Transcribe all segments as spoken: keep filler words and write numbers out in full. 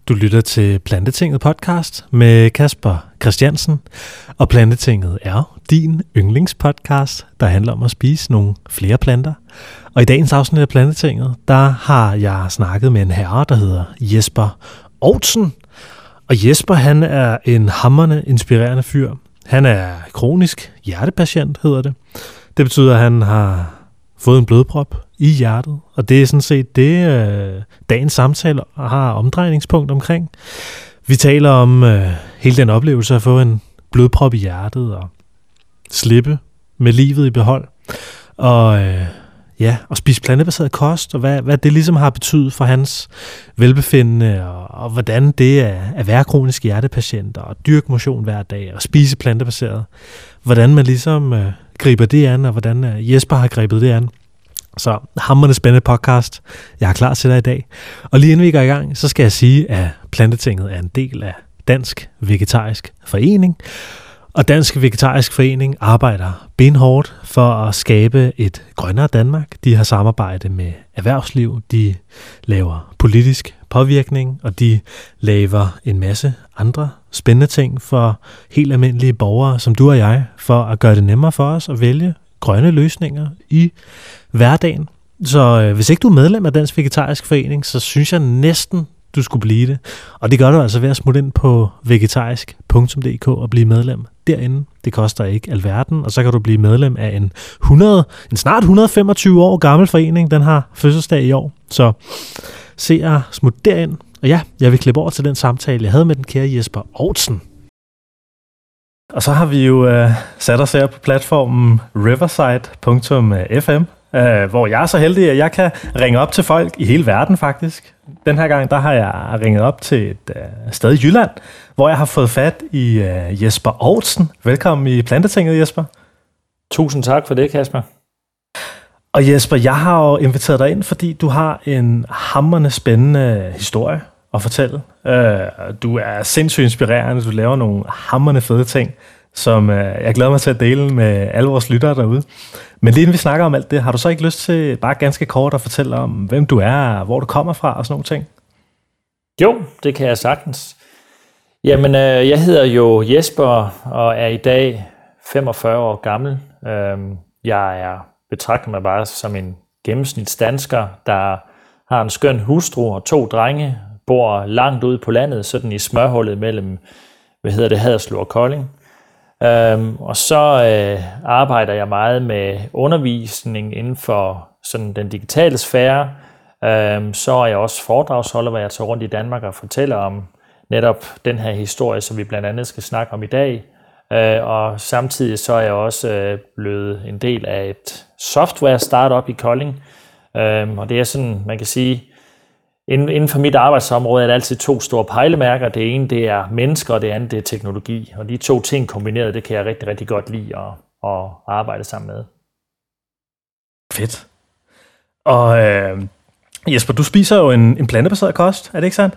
Du lytter til Plantetinget podcast med Kasper Christiansen, og Plantetinget er din yndlingspodcast, der handler om at spise nogle flere planter. Og i dagens afsnit af Plantetinget, der har jeg snakket med en herre, der hedder Jesper Oudsen. Og Jesper, han er en hamrende inspirerende fyr. Han er kronisk hjertepatient, hedder det. Det betyder, at han har fået en blodprop i hjertet, og det er sådan set det, øh, dagens samtale har omdrejningspunkt omkring. Vi taler om øh, hele den oplevelse at få en blodprop i hjertet og slippe med livet i behold, og øh, ja, og spise plantebaseret kost, og hvad, hvad det ligesom har betydet for hans velbefindende, og, og hvordan det er at være kronisk hjertepatient, og dyrke motion hver dag, og spise plantebaseret. Hvordan man ligesom øh, griber det an, og hvordan øh, Jesper har grebet det an. Så hamrende spændende podcast. Jeg er klar til dig i dag. Og lige inden vi går i gang, så skal jeg sige, at Plantetinget er en del af Dansk Vegetarisk Forening. Og Dansk Vegetarisk Forening arbejder benhårdt for at skabe et grønnere Danmark. De har samarbejde med erhvervsliv, de laver politisk påvirkning, og de laver en masse andre spændende ting for helt almindelige borgere, som du og jeg, for at gøre det nemmere for os at vælge grønne løsninger i hverdagen. Så øh, hvis ikke du er medlem af Dansk Vegetarisk Forening, så synes jeg næsten, du skulle blive det. Og det gør du altså ved at smutte ind på vegetarisk punktum d k og blive medlem derinde. Det koster ikke alverden, og så kan du blive medlem af en, hundrede, en snart et hundrede og femogtyve år gammel forening. Den har fødselsdag i år, så se at smutte derind. Og ja, jeg vil klippe over til den samtale, jeg havde med den kære Jesper Oudsen. Og så har vi jo øh, sat os her på platformen riverside punktum f m, øh, hvor jeg er så heldig, at jeg kan ringe op til folk i hele verden faktisk. Den her gang, der har jeg ringet op til et øh, sted i Jylland, hvor jeg har fået fat i øh, Jesper Oudsen. Velkommen i Plantetinget, Jesper. Tusind tak for det, Kasper. Og Jesper, jeg har jo inviteret dig ind, fordi du har en hamrende spændende historie at fortælle. Du er sindssygt inspirerende, du laver nogle hamrende fede ting, som jeg glæder mig til at dele med alle vores lyttere derude. Men lige inden vi snakker om alt det, har du så ikke lyst til bare ganske kort at fortælle om, hvem du er, hvor du kommer fra og sådan nogle ting? Jo, det kan jeg sagtens. Jamen, jeg hedder jo Jesper og er i dag femogfyrre år gammel. Jeg er betragter mig bare som en gennemsnitsdansker, der har en skøn hustru og to drenge, bor langt ude på landet, sådan i smørhullet mellem, hvad hedder det, Haderslev og Kolding. Øhm, og så øh, arbejder jeg meget med undervisning inden for sådan den digitale sfære. Øhm, så er jeg også foredragsholder, hvor jeg tager rundt i Danmark og fortæller om netop den her historie, som vi blandt andet skal snakke om i dag. Øh, og samtidig så er jeg også øh, blevet en del af et software startup i Kolding. Øh, og det er sådan, man kan sige, inden for mit arbejdsområde er der altid to store pejlemærker. Det ene, det er mennesker, og det andet, det er teknologi. Og de to ting kombineret, det kan jeg rigtig, rigtig godt lide at, at arbejde sammen med. Fedt. Og øh, Jesper, du spiser jo en, en plantebaseret kost, er det ikke sandt?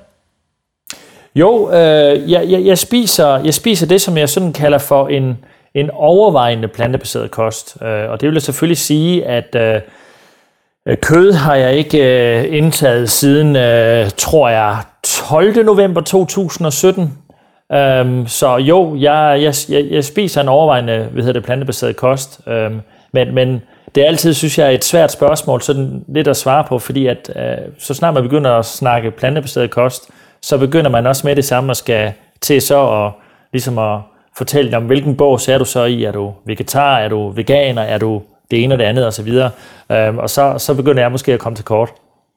Jo, øh, jeg, jeg, jeg, spiser, jeg spiser det, som jeg sådan kalder for en, en overvejende plantebaseret kost. Øh, og det vil selvfølgelig sige, at øh, kød har jeg ikke øh, indtaget siden, øh, tror jeg, tolvte november to tusind og sytten. Um, så jo, jeg, jeg, jeg, jeg spiser en overvejende hvad hedder det, plantebaseret kost. Um, men, men det er altid, synes jeg, et svært spørgsmål, sådan lidt at svare på, fordi at, uh, så snart man begynder at snakke plantebaseret kost, så begynder man også med det samme og skal til så og ligesom at fortælle om, hvilken bog er du så i. Er du vegetar? Er du veganer? Er du det ene og det andet og så videre. Øhm, og så, så begynder jeg måske at komme til kort.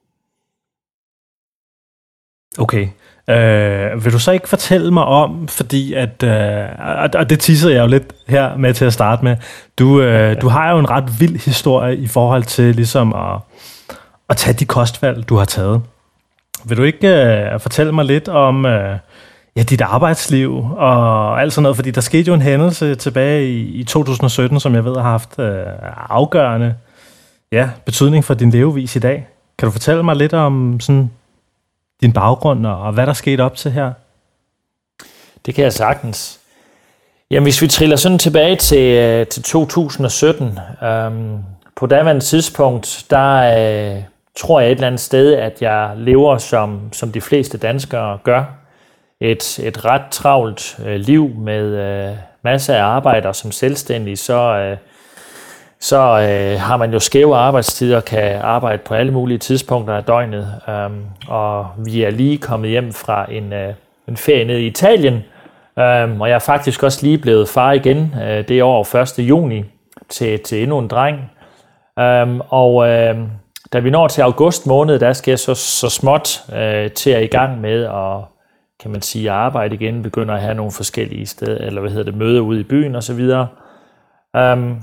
Okay. Øh, vil du så ikke fortælle mig om, fordi at, øh, og det teaser jeg jo lidt her med til at starte med, du, øh, du har jo en ret vild historie i forhold til ligesom at, at tage de kostvalg, du har taget. Vil du ikke øh, fortælle mig lidt om øh, ja, dit arbejdsliv og alt sådan noget, fordi der skete jo en hændelse tilbage i, i to tusind og sytten, som jeg ved har haft øh, afgørende ja, betydning for din levevis i dag. Kan du fortælle mig lidt om sådan din baggrund og, og hvad der skete op til her? Det kan jeg sagtens. Jamen, hvis vi triller sådan tilbage til, til to tusind og sytten, øhm, på daværende tidspunkt, der, øh, tror jeg et eller andet sted, at jeg lever som, som de fleste danskere gør. Et, et ret travlt øh, liv med øh, masser af arbejde, og som selvstændig, så, øh, så øh, har man jo skæve arbejdstider og kan arbejde på alle mulige tidspunkter af døgnet. Um, og vi er lige kommet hjem fra en, øh, en ferie nede i Italien, um, og jeg er faktisk også lige blevet far igen øh, det år første juni til, til endnu en dreng. Um, og øh, da vi når til august måned, der skal jeg så, så småt øh, til at i gang med at, kan man sige, arbejde igen, begynder at have nogle forskellige steder, eller hvad hedder det, møder ude i byen og så videre. Um,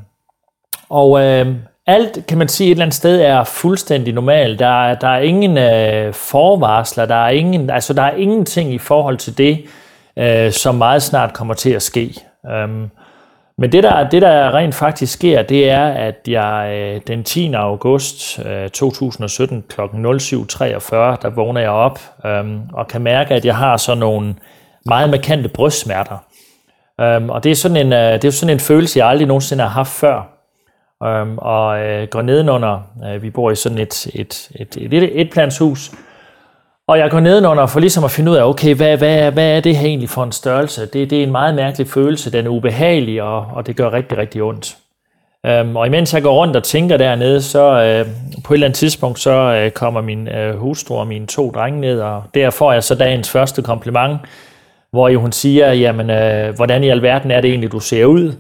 og øh, alt, kan man sige, et eller andet sted er fuldstændig normalt. Der er, der er ingen øh, forvarsler, der er ingen, altså der er ingenting i forhold til det, øh, som meget snart kommer til at ske. Um, Men det der, det, der rent faktisk sker, det er, at jeg øh, den tiende august øh, to tusind og sytten klokken syv treogfyrre, der vågner jeg op øh, og kan mærke, at jeg har sådan nogle meget markante brystsmerter. Øh, og det er, sådan en, øh, det er sådan en følelse, jeg aldrig nogensinde har haft før. Øh, og øh, går nedenunder, øh, vi bor i sådan et, et, et, et, et etplanshus, og jeg går nedenunder for ligesom at finde ud af, okay, hvad, hvad, hvad er det her egentlig for en størrelse? Det, det er en meget mærkelig følelse, den er ubehagelig, og, og det gør rigtig, rigtig ondt. Um, og imens jeg går rundt og tænker dernede, så uh, på et eller andet tidspunkt, så uh, kommer min uh, hustru og mine to drenge ned, og der får jeg så dagens første kompliment, hvor hun siger, jamen, uh, hvordan i alverden er det egentlig, du ser ud?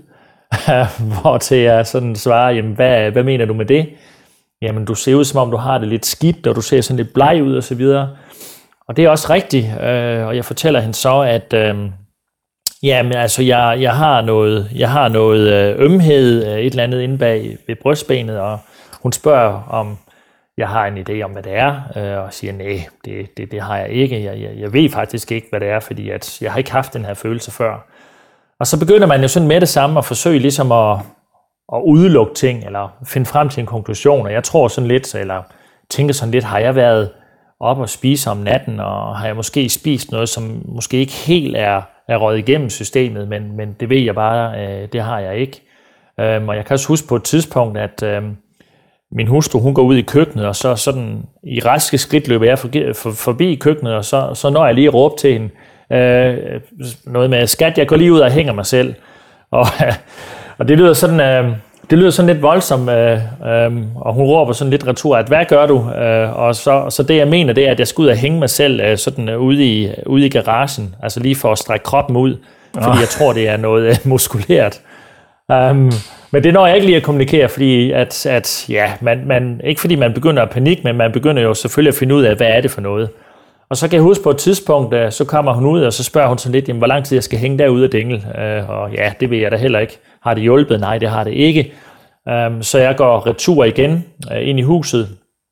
Hvor til jeg sådan svarer, jamen, hvad, hvad mener du med det? Jamen, du ser ud, som om du har det lidt skidt, og du ser sådan lidt bleg ud, og så videre. Og det er også rigtigt, øh, og jeg fortæller hende så, at øh, jamen, altså, jeg, jeg har noget, jeg har noget øh, ømhed, øh, et eller andet inde bag ved brystbenet, og hun spørger, om jeg har en idé om, hvad det er, øh, og siger, nej, det, det, det har jeg ikke. Jeg, jeg, jeg ved faktisk ikke, hvad det er, fordi at jeg har ikke haft den her følelse før. Og så begynder man jo sådan med det samme at forsøge ligesom at, at udelukke ting, eller finde frem til en konklusion, og jeg tror sådan lidt, eller tænker sådan lidt, har jeg været op og spise om natten, og har jeg måske spist noget, som måske ikke helt er, er røget igennem systemet, men, men det ved jeg bare, øh, det har jeg ikke. Øhm, og jeg kan også huske på et tidspunkt, at øh, min hustru, hun går ud i køkkenet, og så sådan i raske skridt løber jeg for, for, forbi køkkenet, og så, så når jeg lige råbe til hende, øh, noget med, skat, jeg går lige ud og hænger mig selv. Og, øh, og det lyder sådan... Øh, Det lyder sådan lidt voldsomt, øh, øh, og hun råber sådan lidt retur, at hvad gør du? Øh, og så, så det jeg mener, det er, at jeg skal ud og hænge mig selv øh, sådan øh, ude, i, ude i garagen, altså lige for at strække kroppen ud, fordi oh. jeg tror, det er noget øh, muskulært. Um, men det når jeg ikke lige at kommunikere, fordi at, at ja, man, man, ikke fordi man begynder at panik, men man begynder jo selvfølgelig at finde ud af, hvad er det for noget. Og så kan jeg huske på et tidspunkt, øh, så kommer hun ud, og så spørger hun sådan lidt, jamen, hvor lang tid jeg skal hænge derude af dingle. Øh, og ja, det ved jeg da heller ikke. Har det hjulpet? Nej, det har det ikke. Um, så jeg går retur igen uh, ind i huset,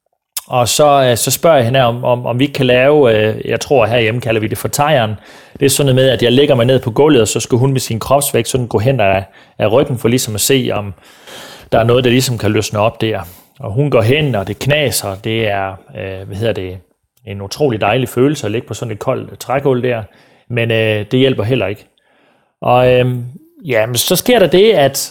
og så, uh, så spørger jeg hende om, om, om vi kan lave, uh, jeg tror herhjemme kalder vi det for tegeren. Det er sådan noget med, at jeg lægger mig ned på gulvet, og så skal hun med sin kropsvægt sådan gå hen af, af ryggen for ligesom at se, om der er noget, der ligesom kan løsne op der. Og hun går hen, og det knaser, det er, uh, hvad hedder det, en utrolig dejlig følelse at ligge på sådan et koldt trægulv der, men uh, det hjælper heller ikke. Og uh, ja, men så sker der det, at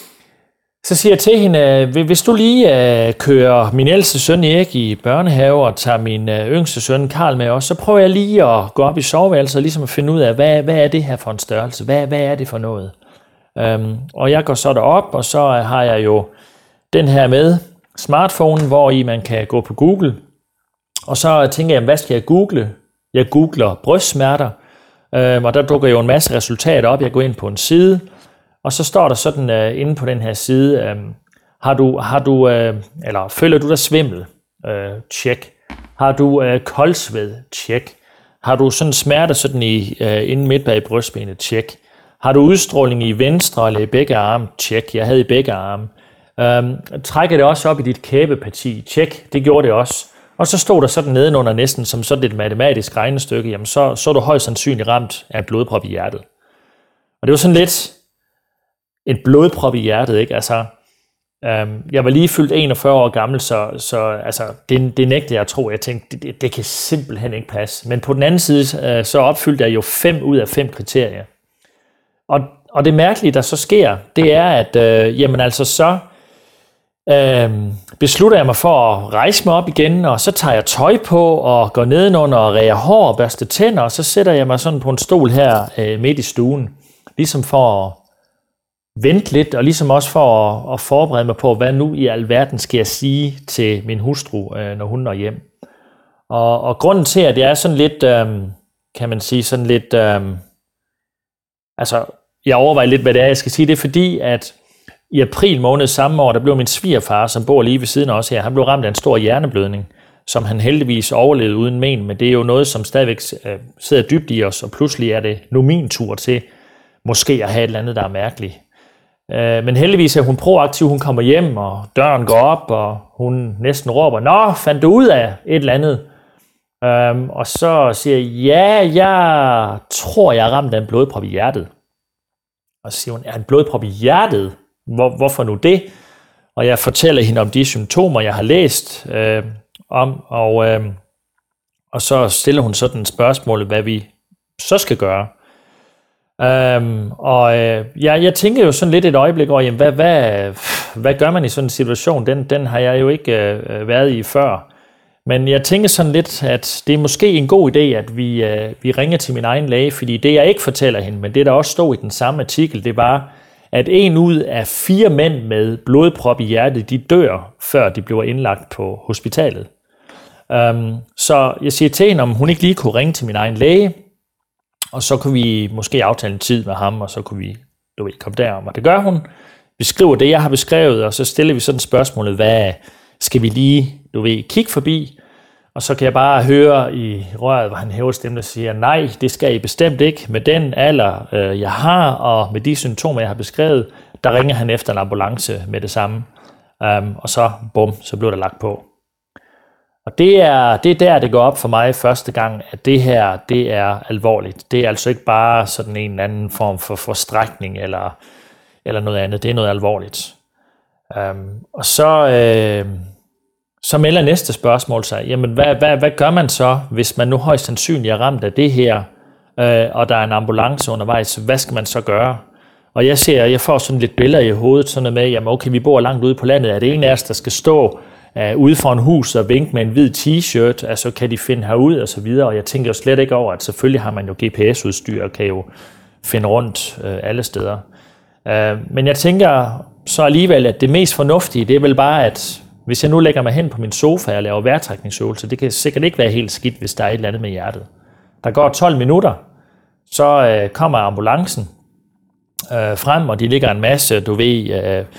så siger jeg til hende, hvis du lige øh, kører min ældste søn Erik i børnehave og tager min øh, yngste søn Karl med os, så prøver jeg lige at gå op i soveværelset og ligesom at finde ud af, hvad, hvad er det her for en størrelse? Hvad, hvad er det for noget? Um, og jeg går så derop, og så har jeg jo den her med smartphone, hvor i man kan gå på Google. Og så tænker jeg, hvad skal jeg google? Jeg googler brystsmerter, um, og der dukker jo en masse resultater op. Jeg går ind på en side, og så står der sådan uh, inde på den her side, um, har du, har du uh, eller føler du dig svimmel? Uh, check. Har du uh, koldsved? Check. Har du sådan smerter sådan i uh, inden midt bag brystbenet? Check. Har du udstråling i venstre eller i begge arme? Check. Jeg havde i begge arme. Um, trækker det også op i dit kæbeparti? Check. Det gjorde det også. Og så stod der sådan nedenunder næsten som sådan et matematisk regnestykke, jamen så, så er du højst sandsynligt ramt af en blodprop i hjertet. Og det var sådan lidt en blodprop i hjertet, ikke? Altså, um, jeg var lige fyldt enogfyrre år gammel, så, så altså, det, det nægte jeg at tro. Jeg tænkte, det, det, det kan simpelthen ikke passe. Men på den anden side, uh, så opfyldte jeg jo fem ud af fem kriterier. Og, og det mærkelige, der så sker, det er, at øh, jamen altså så, øh, beslutter jeg mig for at rejse mig op igen, og så tager jeg tøj på og går nedenunder og ræger hår og børster tænder, og så sætter jeg mig sådan på en stol her øh, midt i stuen, ligesom for at vente lidt, og ligesom også for at, at forberede mig på, hvad nu i alverden skal jeg sige til min hustru, øh, når hun når hjem. Og, og grunden til, at jeg er sådan lidt, øh, kan man sige, sådan lidt, øh, altså, jeg overvejer lidt, hvad det er, jeg skal sige, det er fordi, at i april måned samme år, der blev min svigerfar, som bor lige ved siden af os her, han blev ramt af en stor hjerneblødning, som han heldigvis overlevede uden men, men det er jo noget, som stadigvæk øh, sidder dybt i os, og pludselig er det nu min tur til måske at have et eller andet, der er mærkeligt. Øh, men heldigvis er hun proaktiv, hun kommer hjem, og døren går op, og hun næsten råber, nå, fandt du ud af et eller andet? Øh, og så siger jeg, ja, jeg tror, jeg er ramt af en blodprop i hjertet. Og så siger hun, er en blodprop i hjertet? Hvor, hvorfor nu det? Og jeg fortæller hende om de symptomer, jeg har læst øh, om, og, øh, og så stiller hun sådan et spørgsmål, hvad vi så skal gøre. Um, og øh, jeg, jeg tænker jo sådan lidt et øjeblik over, jamen, hvad, hvad, hvad gør man i sådan en situation? Den, den har jeg jo ikke øh, været i før. Men jeg tænker sådan lidt, at det er måske en god idé, at vi, øh, vi ringer til min egen læge, fordi det jeg ikke fortæller hende, men det der også stod i den samme artikel, det var, at en ud af fire mænd med blodprop i hjertet, de dør, før de bliver indlagt på hospitalet. Um, så jeg siger til hende, om hun ikke lige kunne ringe til min egen læge, og så kunne vi måske aftale en tid med ham, og så kunne vi, du ved, komme derom. Og det gør hun. Vi skriver det, jeg har beskrevet, og så stiller vi sådan spørgsmålet, hvad skal vi lige, du ved, kigge forbi? Og så kan jeg bare høre i røret, hvor han hæver stemmen og siger, nej, det skal I bestemt ikke. Med den alder, øh, jeg har, og med de symptomer, jeg har beskrevet, der ringer han efter en ambulance med det samme. Um, og så, bum, så blev der lagt på. Og det er, det er der, det går op for mig første gang, at det her, det er alvorligt. Det er altså ikke bare sådan en eller anden form for forstrækning eller, eller noget andet. Det er noget alvorligt. Um, og så, øh, så melder næste spørgsmål sig, jamen hvad, hvad, hvad gør man så, hvis man nu højst sandsynligt er ramt af det her, øh, og der er en ambulance undervejs, hvad skal man så gøre? Og jeg ser, jeg får sådan lidt billeder i hovedet, sådan noget med, jamen okay, vi bor langt ude på landet, er det en af os, der skal stå Uh, ude for en hus og vinke med en hvid t-shirt, altså kan de finde herud og så videre, og jeg tænker jo slet ikke over, at selvfølgelig har man jo G P S-udstyr og kan jo finde rundt uh, alle steder. Uh, men jeg tænker så alligevel, at det mest fornuftige, det er vel bare, at hvis jeg nu lægger mig hen på min sofa og laver vejrtrækningsøvelser, det kan sikkert ikke være helt skidt, hvis der er et eller andet med hjertet. Der går tolv minutter, så uh, kommer ambulancen uh, frem, og de ligger en masse, du ved, uh,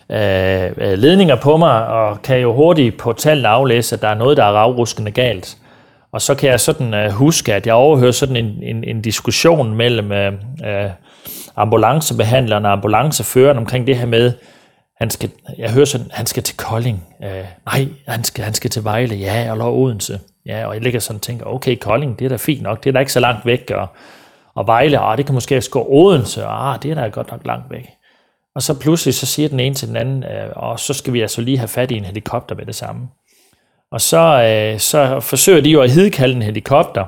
ledninger på mig, og kan jo hurtigt på tallene aflæse, at der er noget, der er ravruskende galt. Og så kan jeg sådan uh, huske, at jeg overhører sådan en, en, en diskussion mellem uh, uh, ambulancebehandleren og ambulanceføreren omkring det her med, han skal, jeg hører sådan, han skal til Kolding. Uh, nej, han skal, han skal til Vejle, ja, eller Odense. Ja, og jeg ligger sådan og tænker, okay, Kolding, det er da fint nok, det er da ikke så langt væk, og, og Vejle, ah, det kan måske gå Odense, ah, det er da godt nok langt væk. Og så pludselig så siger den ene til den anden, øh, og så skal vi altså lige have fat i en helikopter med det samme. Og så, øh, så forsøger de jo at hidkalde en helikopter.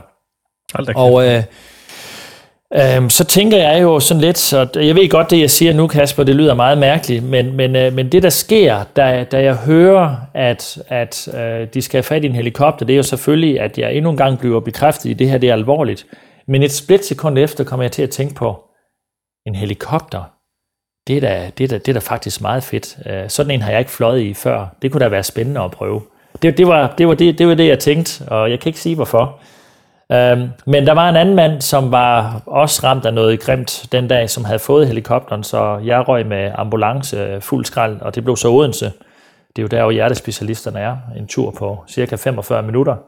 Og øh, øh, så tænker jeg jo sådan lidt, så jeg ved godt det jeg siger nu, Kasper, det lyder meget mærkeligt, men, men, øh, men det der sker, da, da jeg hører, at, at øh, de skal have fat i en helikopter, det er jo selvfølgelig, at jeg endnu en gang bliver bekræftet i, det her det er alvorligt. Men et splitsekund efter kommer jeg til at tænke på, en helikopter, Det er, da, det, er da, det er da faktisk meget fedt. Sådan en har jeg ikke fløjet i før. Det kunne da være spændende at prøve. Det, det, var, det, var, det, det var det, jeg tænkte, og jeg kan ikke sige hvorfor. Men der var en anden mand, som var også ramt af noget grimt den dag, som havde fået helikopteren, så jeg røg med ambulance fuld skrald, og det blev så Odense. Det er jo der, hvor hjertespecialisterne er. En tur på cirka femogfyrre minutter.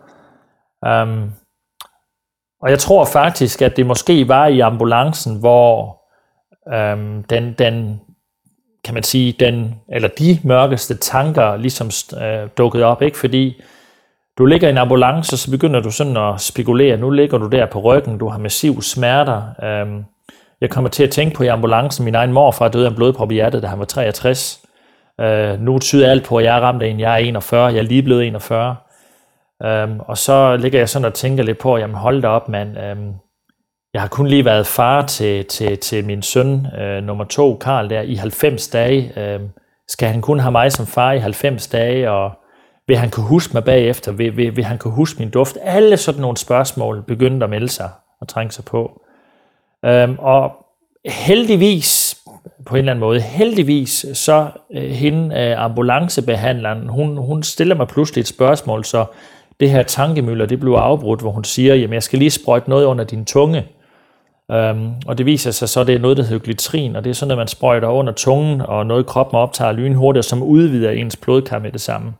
Og jeg tror faktisk, at det måske var i ambulancen, hvor Øhm, den, den, kan man sige, den, eller de mørkeste tanker ligesom øh, dukkede op, ikke? Fordi du ligger i en ambulance, og så begynder du sådan at spekulere, nu ligger du der på ryggen, du har massive smerter. Øhm, jeg kommer til at tænke på i ambulancen, min egen morfar døde af en blodprop i hjertet, da han var treogtres. Øh, nu tyder alt på, at jeg er ramt af en, jeg er enogfyrre, jeg er lige blevet enogfyrre. Øhm, og så ligger jeg sådan og tænker lidt på, jamen hold da op, mand. Øhm, Jeg har kun lige været far til, til, til min søn, øh, nummer to, Karl, der i halvfems dage. Øh, Skal han kun have mig som far i halvfems dage, og vil han kunne huske mig bagefter? Vil, vil, vil han kunne huske min duft? Alle sådan nogle spørgsmål begyndte at melde sig og trænge sig på. Øhm, og heldigvis, på en eller anden måde, heldigvis, så øh, hende, øh, ambulancebehandleren, hun, hun stiller mig pludselig et spørgsmål, så det her tankemøller, det bliver afbrudt, hvor hun siger, jamen jeg skal lige sprøjte noget under din tunge. Um, og det viser sig så, det er noget, der hedder glitrin, og det er sådan, at man sprøjter under tungen, og noget kroppen optager lynhurtigt, som udvider ens blodkar med det samme.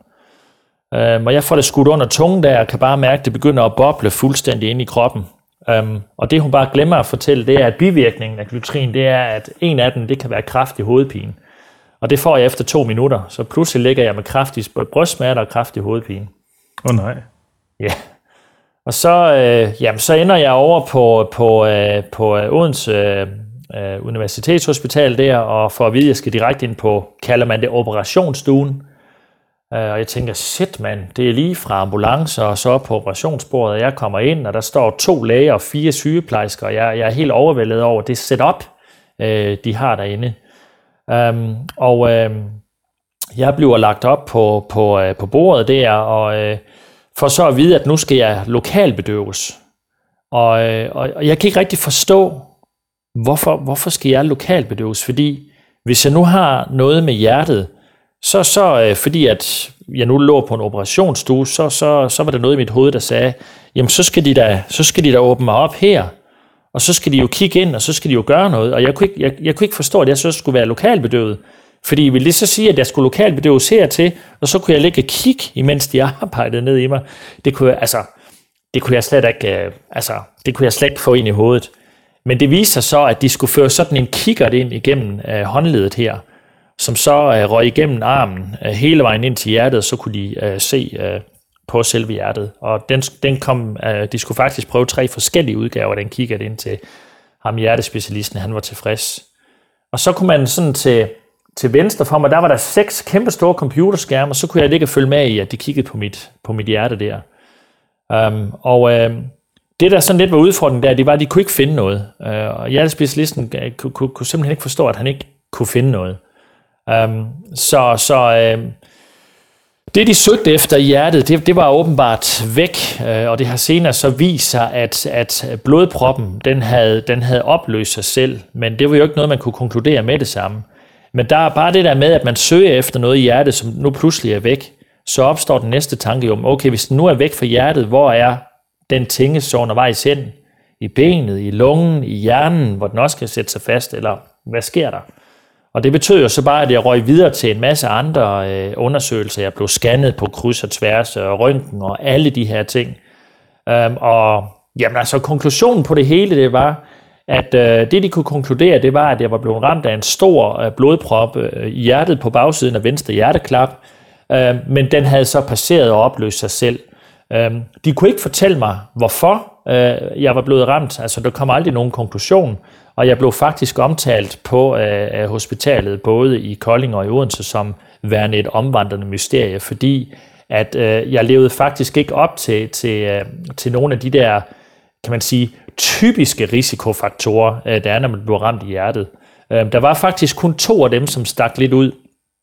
Um, og jeg får det skudt under tungen der, og kan bare mærke, at det begynder at boble fuldstændig ind i kroppen. Um, og det hun bare glemmer at fortælle, det er, at bivirkningen af glitrin, det er, at en af dem, det kan være kraftig hovedpine. Og det får jeg efter to minutter, så pludselig ligger jeg med kraftig brystsmerter og kraftig hovedpine. Åh oh, nej. Ja. Yeah. Og så, øh, jamen, så ender jeg over på, på, øh, på Odense øh, Universitetshospital der, og får at vide, at jeg skal direkte ind på, kalder man det, operationsstuen. Øh, og jeg tænker, shit mand, det er lige fra ambulance og så på operationsbordet, og jeg kommer ind, og der står to læger og fire sygeplejersker, og jeg, jeg er helt overvældet over det setup, øh, de har derinde. Um, og øh, jeg bliver lagt op på, på, på bordet der, og øh, for så at vide, at nu skal jeg lokalbedøves. Og, og, og jeg kan ikke rigtig forstå, hvorfor, hvorfor skal jeg lokalbedøves? Fordi hvis jeg nu har noget med hjertet, så, så fordi at jeg nu lå på en operationsstue, så, så, så var der noget i mit hoved, der sagde, jamen så skal de da, så skal de da åbne mig op her, og så skal de jo kigge ind, og så skal de jo gøre noget. Og jeg kunne ikke, jeg, jeg kunne ikke forstå, at jeg så skulle være lokalbedøvet. Fordi ville det så sige, at jeg skulle lokalbedøves hertil, og så kunne jeg ligge og kigge, imens de arbejdede ned i mig. Det kunne jeg, altså, det kunne jeg slet ikke, altså, det kunne jeg slet ikke få ind i hovedet. Men det viser så, at de skulle føre sådan en kikkert ind igennem uh, håndledet her, som så uh, røg igennem armen uh, hele vejen ind til hjertet, og så kunne de uh, se uh, på selve hjertet. Og den, den kom, uh, de skulle faktisk prøve tre forskellige udgaver, den kikkert ind til ham hjertespecialisten, han var tilfreds. Og så kunne man sådan til Til venstre for mig, der var der seks kæmpe store computerskærme, og så kunne jeg ligge og følge med i, at de kiggede på mit, på mit hjerte der. Um, og uh, det, der sådan lidt var udfordringen der, det var, at de kunne ikke finde noget. Uh, og hjertespecialisten kunne, kunne, kunne simpelthen ikke forstå, at han ikke kunne finde noget. Um, så så uh, det, de søgte efter i hjertet, det, det var åbenbart væk, uh, og det har senere så vist sig, at, at blodproppen, den havde, den havde opløst sig selv, men det var jo ikke noget, man kunne konkludere med det samme. Men der er bare det der med, at man søger efter noget i hjertet, som nu pludselig er væk, så opstår den næste tanke om, okay, hvis den nu er væk fra hjertet, hvor er den tinge så undervejs hen? I benet, i lungen, i hjernen, hvor den også kan sætte sig fast, eller hvad sker der? Og det betød jo så bare, at jeg røg videre til en masse andre øh, undersøgelser. Jeg blev scannet på kryds og tværs, og røntgen og alle de her ting. Øhm, og jamen altså, konklusionen på det hele, det var, at øh, det, de kunne konkludere, det var, at jeg var blevet ramt af en stor øh, blodprop øh, i hjertet på bagsiden af venstre hjerteklap, øh, men den havde så passeret og opløst sig selv. Øh, de kunne ikke fortælle mig, hvorfor øh, jeg var blevet ramt. Altså, der kom aldrig nogen konklusion, og jeg blev faktisk omtalt på øh, hospitalet, både i Kolding og i Odense, som værende et omvandrende mysterie, fordi at øh, jeg levede faktisk ikke op til, til, øh, til nogle af de der, kan man sige, typiske risikofaktorer, der er, når man bliver ramt i hjertet. Der var faktisk kun to af dem, som stak lidt ud.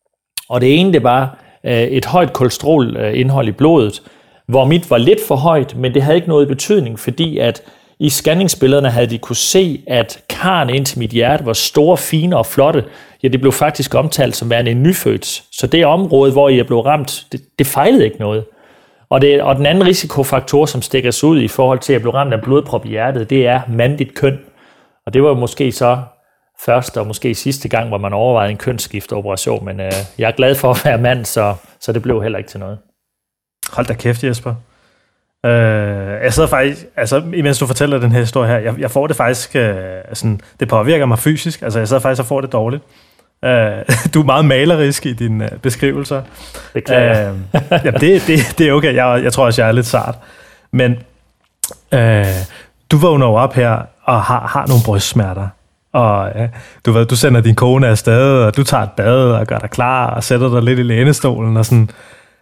Og det ene, det var et højt kolesterolindhold i blodet, hvor mit var lidt for højt, men det havde ikke noget betydning, fordi at i scanningsbillederne havde de kunne se, at karrene ind til mit hjerte var store, fine og flotte. Ja, det blev faktisk omtalt som værende en nyfødt. Så det område, hvor jeg blev ramt, det, det fejlede ikke noget. Og, det, og den anden risikofaktor, som stikker sig ud i forhold til at blive ramt af blodprop i hjertet, det er mandligt køn. Og det var måske så første og måske sidste gang, hvor man overvejede en kønsskifteoperation, men øh, jeg er glad for at være mand, så, så det blev heller ikke til noget. Hold da kæft, Jesper. Øh, jeg sidder faktisk, altså imens du fortæller den her historie her, jeg, jeg får det faktisk, øh, sådan, det påvirker mig fysisk, altså jeg sidder faktisk og får det dårligt. Uh, du er meget malerisk i dine uh, beskrivelser. Beklager. Uh, ja, det, det, det er okay. Jeg, jeg tror også, jeg er lidt sart. Men uh, du vågner jo op her og har, har nogle brystsmerter. Og uh, du, ved, du sender din kone afsted, og du tager et bad og gør dig klar og sætter dig lidt i lænestolen. Og sådan.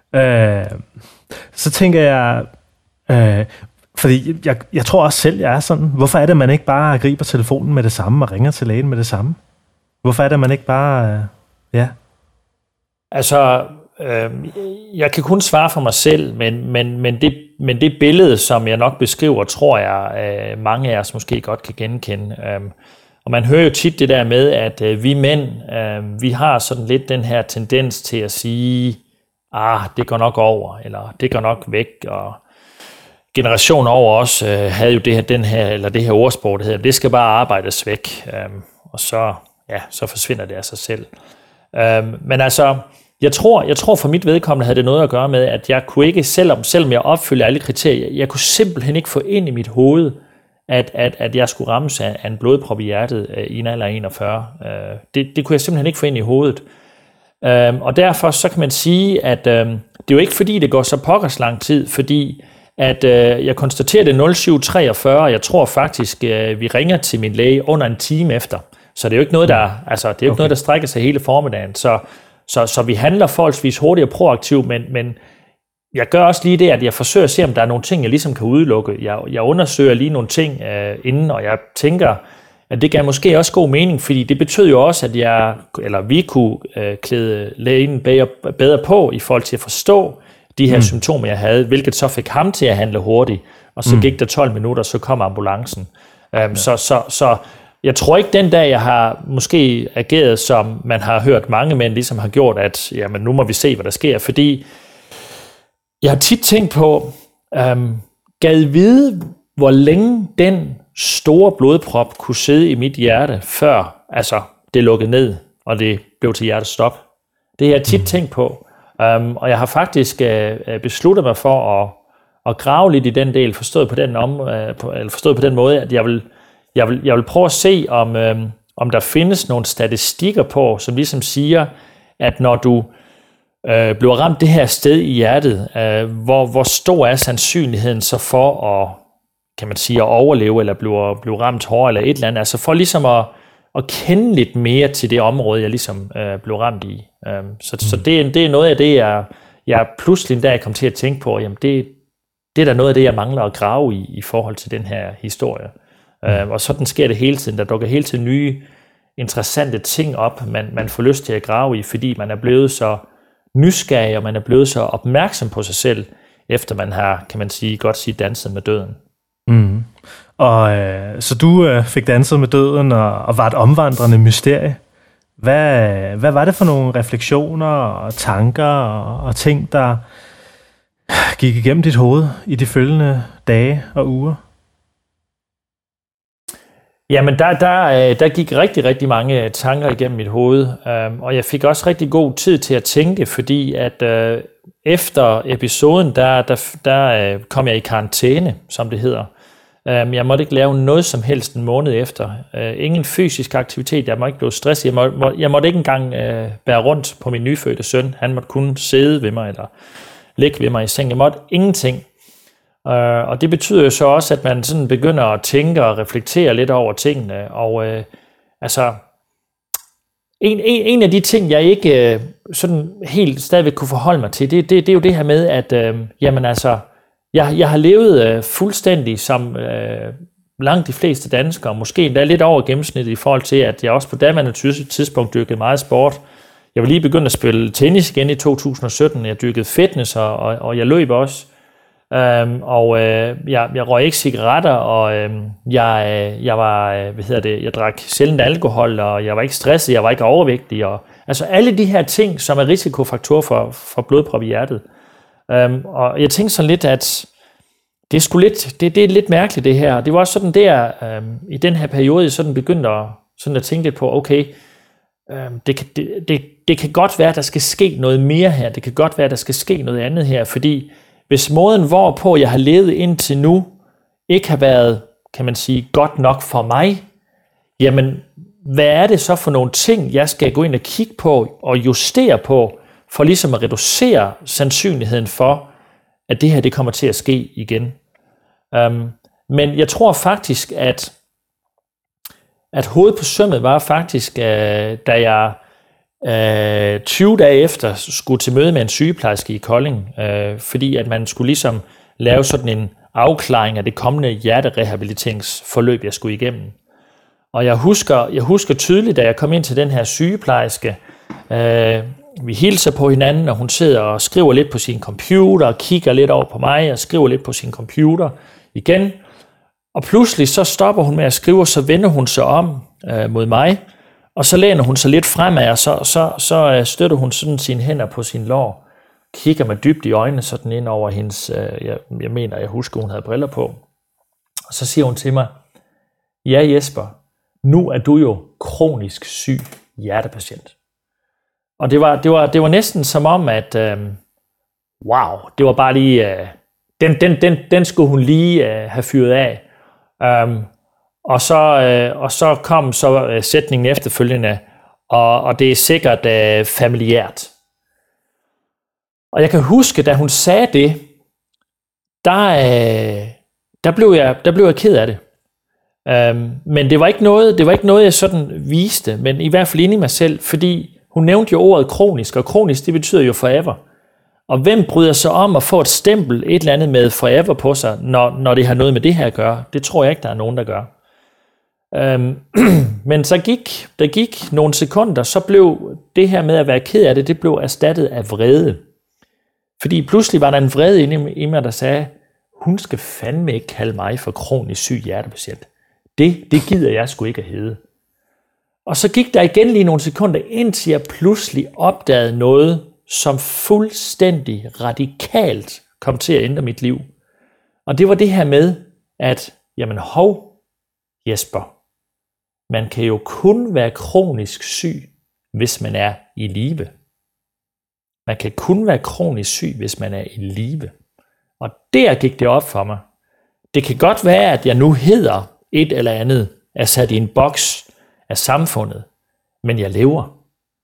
Uh, så tænker jeg, uh, fordi jeg, jeg tror også selv, jeg er sådan, hvorfor er det, man ikke bare griber telefonen med det samme og ringer til lægen med det samme? Hvorfor er det, man ikke bare... Øh, ja. altså, øh, jeg kan kun svare for mig selv, men, men, men, det, men det billede, som jeg nok beskriver, tror jeg, øh, mange af os måske godt kan genkende. Øh, og man hører jo tit det der med, at øh, vi mænd, øh, vi har sådan lidt den her tendens til at sige, ah, det går nok over, eller det går nok væk, og generationer over os øh, havde jo det her, den her, eller det her ordsprog, der hedder, det skal bare arbejdes væk, øh, og så, ja, så forsvinder det af sig selv. Øh, men altså, jeg tror, jeg tror for mit vedkommende havde det noget at gøre med, at jeg kunne ikke, selvom, selvom jeg opfyldte alle kriterier, jeg kunne simpelthen ikke få ind i mit hoved, at, at, at jeg skulle rammes af, af en blodprop i hjertet øh, i en alder af enogfyrre. Øh, det, det kunne jeg simpelthen ikke få ind i hovedet. Øh, og derfor så kan man sige, at øh, det er jo ikke fordi, det går så pokkers lang tid, fordi at øh, jeg konstaterer det nul syv treogfyrre, og jeg tror faktisk, øh, vi ringer til min læge under en time efter. Så det er jo ikke noget, der, altså, det er jo ikke okay. noget, der strækker sig hele formiddagen. Så, så, så vi handler forholdsvis hurtigt og proaktivt, men, men jeg gør også lige det, at jeg forsøger at se, om der er nogle ting, jeg ligesom kan udelukke. Jeg, jeg undersøger lige nogle ting øh, inden, og jeg tænker, at det gav måske også god mening, fordi det betød jo også, at jeg, eller vi kunne øh, klæde lægen bedre, bedre på i forhold til at forstå de her mm. symptomer, jeg havde, hvilket så fik ham til at handle hurtigt, og så mm. gik der tolv minutter, så kom ambulancen. Um, ja. så, så, så jeg tror ikke den dag, jeg har måske ageret, som man har hørt mange mænd ligesom har gjort, at jamen, nu må vi se, hvad der sker, fordi jeg har tit tænkt på, um, gad vide, hvor længe den store blodprop kunne sidde i mit hjerte, før altså, det lukkede ned, og det blev til hjertestop. Det har jeg tit mm. tænkt på. Um, og jeg har faktisk uh, besluttet mig for at, at grave lidt i den del, forstået på den, om, uh, på, eller forstået på den måde, at jeg vil, jeg vil, jeg vil prøve at se, om, um, om der findes nogle statistikker på, som ligesom siger, at når du uh, bliver ramt det her sted i hjertet, uh, hvor, hvor stor er sandsynligheden så for at, kan man sige, at overleve, eller blive, blive ramt hårdere, eller et eller andet, altså for ligesom at og kende lidt mere til det område, jeg ligesom øh, blev ramt i. Um, så mm. så det, det er noget af det, jeg, jeg pludselig, da jeg kom til at tænke på, jamen det, det er da noget af det, jeg mangler at grave i, i forhold til den her historie. Mm. Uh, og sådan sker det hele tiden. Der dukker hele tiden nye, interessante ting op, man, man får lyst til at grave i, fordi man er blevet så nysgerrig, og man er blevet så opmærksom på sig selv, efter man har, kan man sige, godt sige, danset med døden. Mm. Og øh, så du øh, fik danset med døden og, og var et omvandrende mysterie. Hvad, hvad var det for nogle refleksioner og tanker og, og ting, der gik igennem dit hoved i de følgende dage og uger? Jamen, der, der, der gik rigtig, rigtig mange tanker igennem mit hoved, og jeg fik også rigtig god tid til at tænke, fordi at øh, efter episoden, der, der, der kom jeg i karantæne, som det hedder. Jeg måtte ikke lave noget som helst en måned efter. Ingen fysisk aktivitet, jeg måtte ikke blive stresset. Jeg måtte, jeg måtte ikke engang bære rundt på min nyfødte søn. Han måtte kun sidde ved mig eller ligge ved mig i seng. Jeg måtte ingenting. Og det betyder jo så også, at man sådan begynder at tænke og reflektere lidt over tingene. Og øh, altså, en, en, en af de ting, jeg ikke øh, sådan helt stadigvæk kunne forholde mig til, det, det, det er jo det her med, at øh, jamen altså, Jeg, jeg har levet øh, fuldstændig som øh, langt de fleste danskere, måske endda lidt over gennemsnittet i forhold til, at jeg også på daværende tidspunkt dyrkede meget sport. Jeg var lige begyndt at spille tennis igen i to tusind og sytten, jeg dyrkede fitness, og, og, og jeg løb også. Øhm, og øh, jeg, jeg røg ikke cigaretter, og øh, jeg, jeg var, hvad hedder det, jeg drak sjældent alkohol, og jeg var ikke stresset, jeg var ikke overvægtig. Og, altså alle de her ting, som er risikofaktorer for, for blodprop i hjertet. Um, og jeg tænkte sådan lidt, at det er sgu lidt, det, det er lidt mærkeligt det her. Det var også sådan der, um, i den her periode, jeg sådan begyndte at, sådan at tænke lidt på, okay, um, det, kan, det, det, det kan godt være, at der skal ske noget mere her. Det kan godt være, at der skal ske noget andet her, fordi hvis måden, hvorpå jeg har levet indtil nu, ikke har været, kan man sige, godt nok for mig, jamen, hvad er det så for nogle ting, jeg skal gå ind og kigge på og justere på, for ligesom at reducere sandsynligheden for, at det her det kommer til at ske igen. Um, men jeg tror faktisk, at, at hovedet på sømmet var faktisk, uh, da jeg uh, tyve dage efter skulle til møde med en sygeplejerske i Kolding, uh, fordi at man skulle ligesom lave sådan en afklaring af det kommende hjerterehabiliteringsforløb, jeg skulle igennem. Og jeg husker, jeg husker tydeligt, da jeg kom ind til den her sygeplejerske, uh, vi hilser på hinanden, og hun sidder og skriver lidt på sin computer, og kigger lidt over på mig, og skriver lidt på sin computer igen. Og pludselig så stopper hun med at skrive, og så vender hun sig om øh, mod mig, og så læner hun sig lidt fremad, og så, så, så støtter hun sådan sine hænder på sin lår, kigger med dybt i øjnene, sådan ind over hendes, øh, jeg, jeg mener, jeg husker, hun havde briller på. Og så siger hun til mig, ja Jesper, nu er du jo kronisk syg hjertepatient. Og det var, det var, det var næsten som om, at øh, wow, det var bare lige, øh, den, den, den, den skulle hun lige øh, have fyret af. Um, og, så, øh, og så kom så øh, sætningen efterfølgende, og, og det er sikkert øh, familiært. Og jeg kan huske, da hun sagde det, der, øh, der, blev, jeg, der blev jeg ked af det. Um, men det var, ikke noget, det var ikke noget, jeg sådan viste, men i hvert fald inde i mig selv, fordi hun nævnte jo ordet kronisk, og kronisk, det betyder jo forever. Og hvem bryder sig om at få et stempel, et eller andet med forever på sig, når, når det har noget med det her at gøre? Det tror jeg ikke, der er nogen, der gør. Um, men så gik, der gik nogle sekunder, så blev det her med at være ked af det, det blev erstattet af vrede. Fordi pludselig var der en vrede inde i mig, der sagde, hun skal fandme ikke kalde mig for kronisk syg hjertepatient. Det, det gider jeg sgu ikke at hedde. Og så gik der igen lige nogle sekunder, indtil jeg pludselig opdagede noget, som fuldstændig radikalt kom til at ændre mit liv. Og det var det her med, at, jamen hov, Jesper, man kan jo kun være kronisk syg, hvis man er i live. Man kan kun være kronisk syg, hvis man er i live. Og der gik det op for mig. Det kan godt være, at jeg nu hedder et eller andet, er sat i en boks af samfundet, men jeg lever.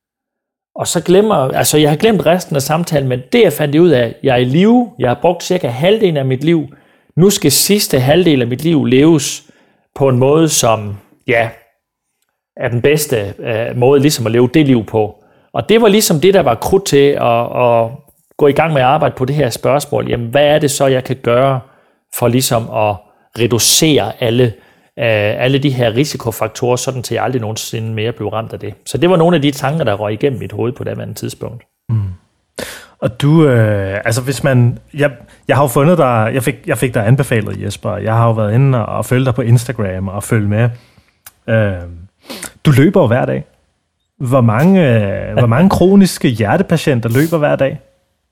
Og så glemmer, altså jeg har glemt resten af samtalen, men det jeg fandt ud af, jeg er i live, jeg har brugt cirka halvdelen af mit liv, nu skal sidste halvdel af mit liv leves på en måde, som ja, er den bedste uh, måde ligesom at leve det liv på. Og det var ligesom det, der var krudt til at, at gå i gang med at arbejde på det her spørgsmål. Jamen, hvad er det så, jeg kan gøre for ligesom at reducere alle alle de her risikofaktorer, sådan til jeg aldrig nogensinde mere blev ramt af det. Så det var nogle af de tanker, der røg igennem mit hoved på det andet tidspunkt. Mm. Og du, øh, altså hvis man, jeg, jeg har jo fundet dig, jeg fik, jeg fik dig anbefalet, Jesper, jeg har jo været inde og, og følge dig på Instagram og følge med. Øh, du løber jo hver dag. Hvor mange, øh, hvor mange kroniske hjertepatienter løber hver dag?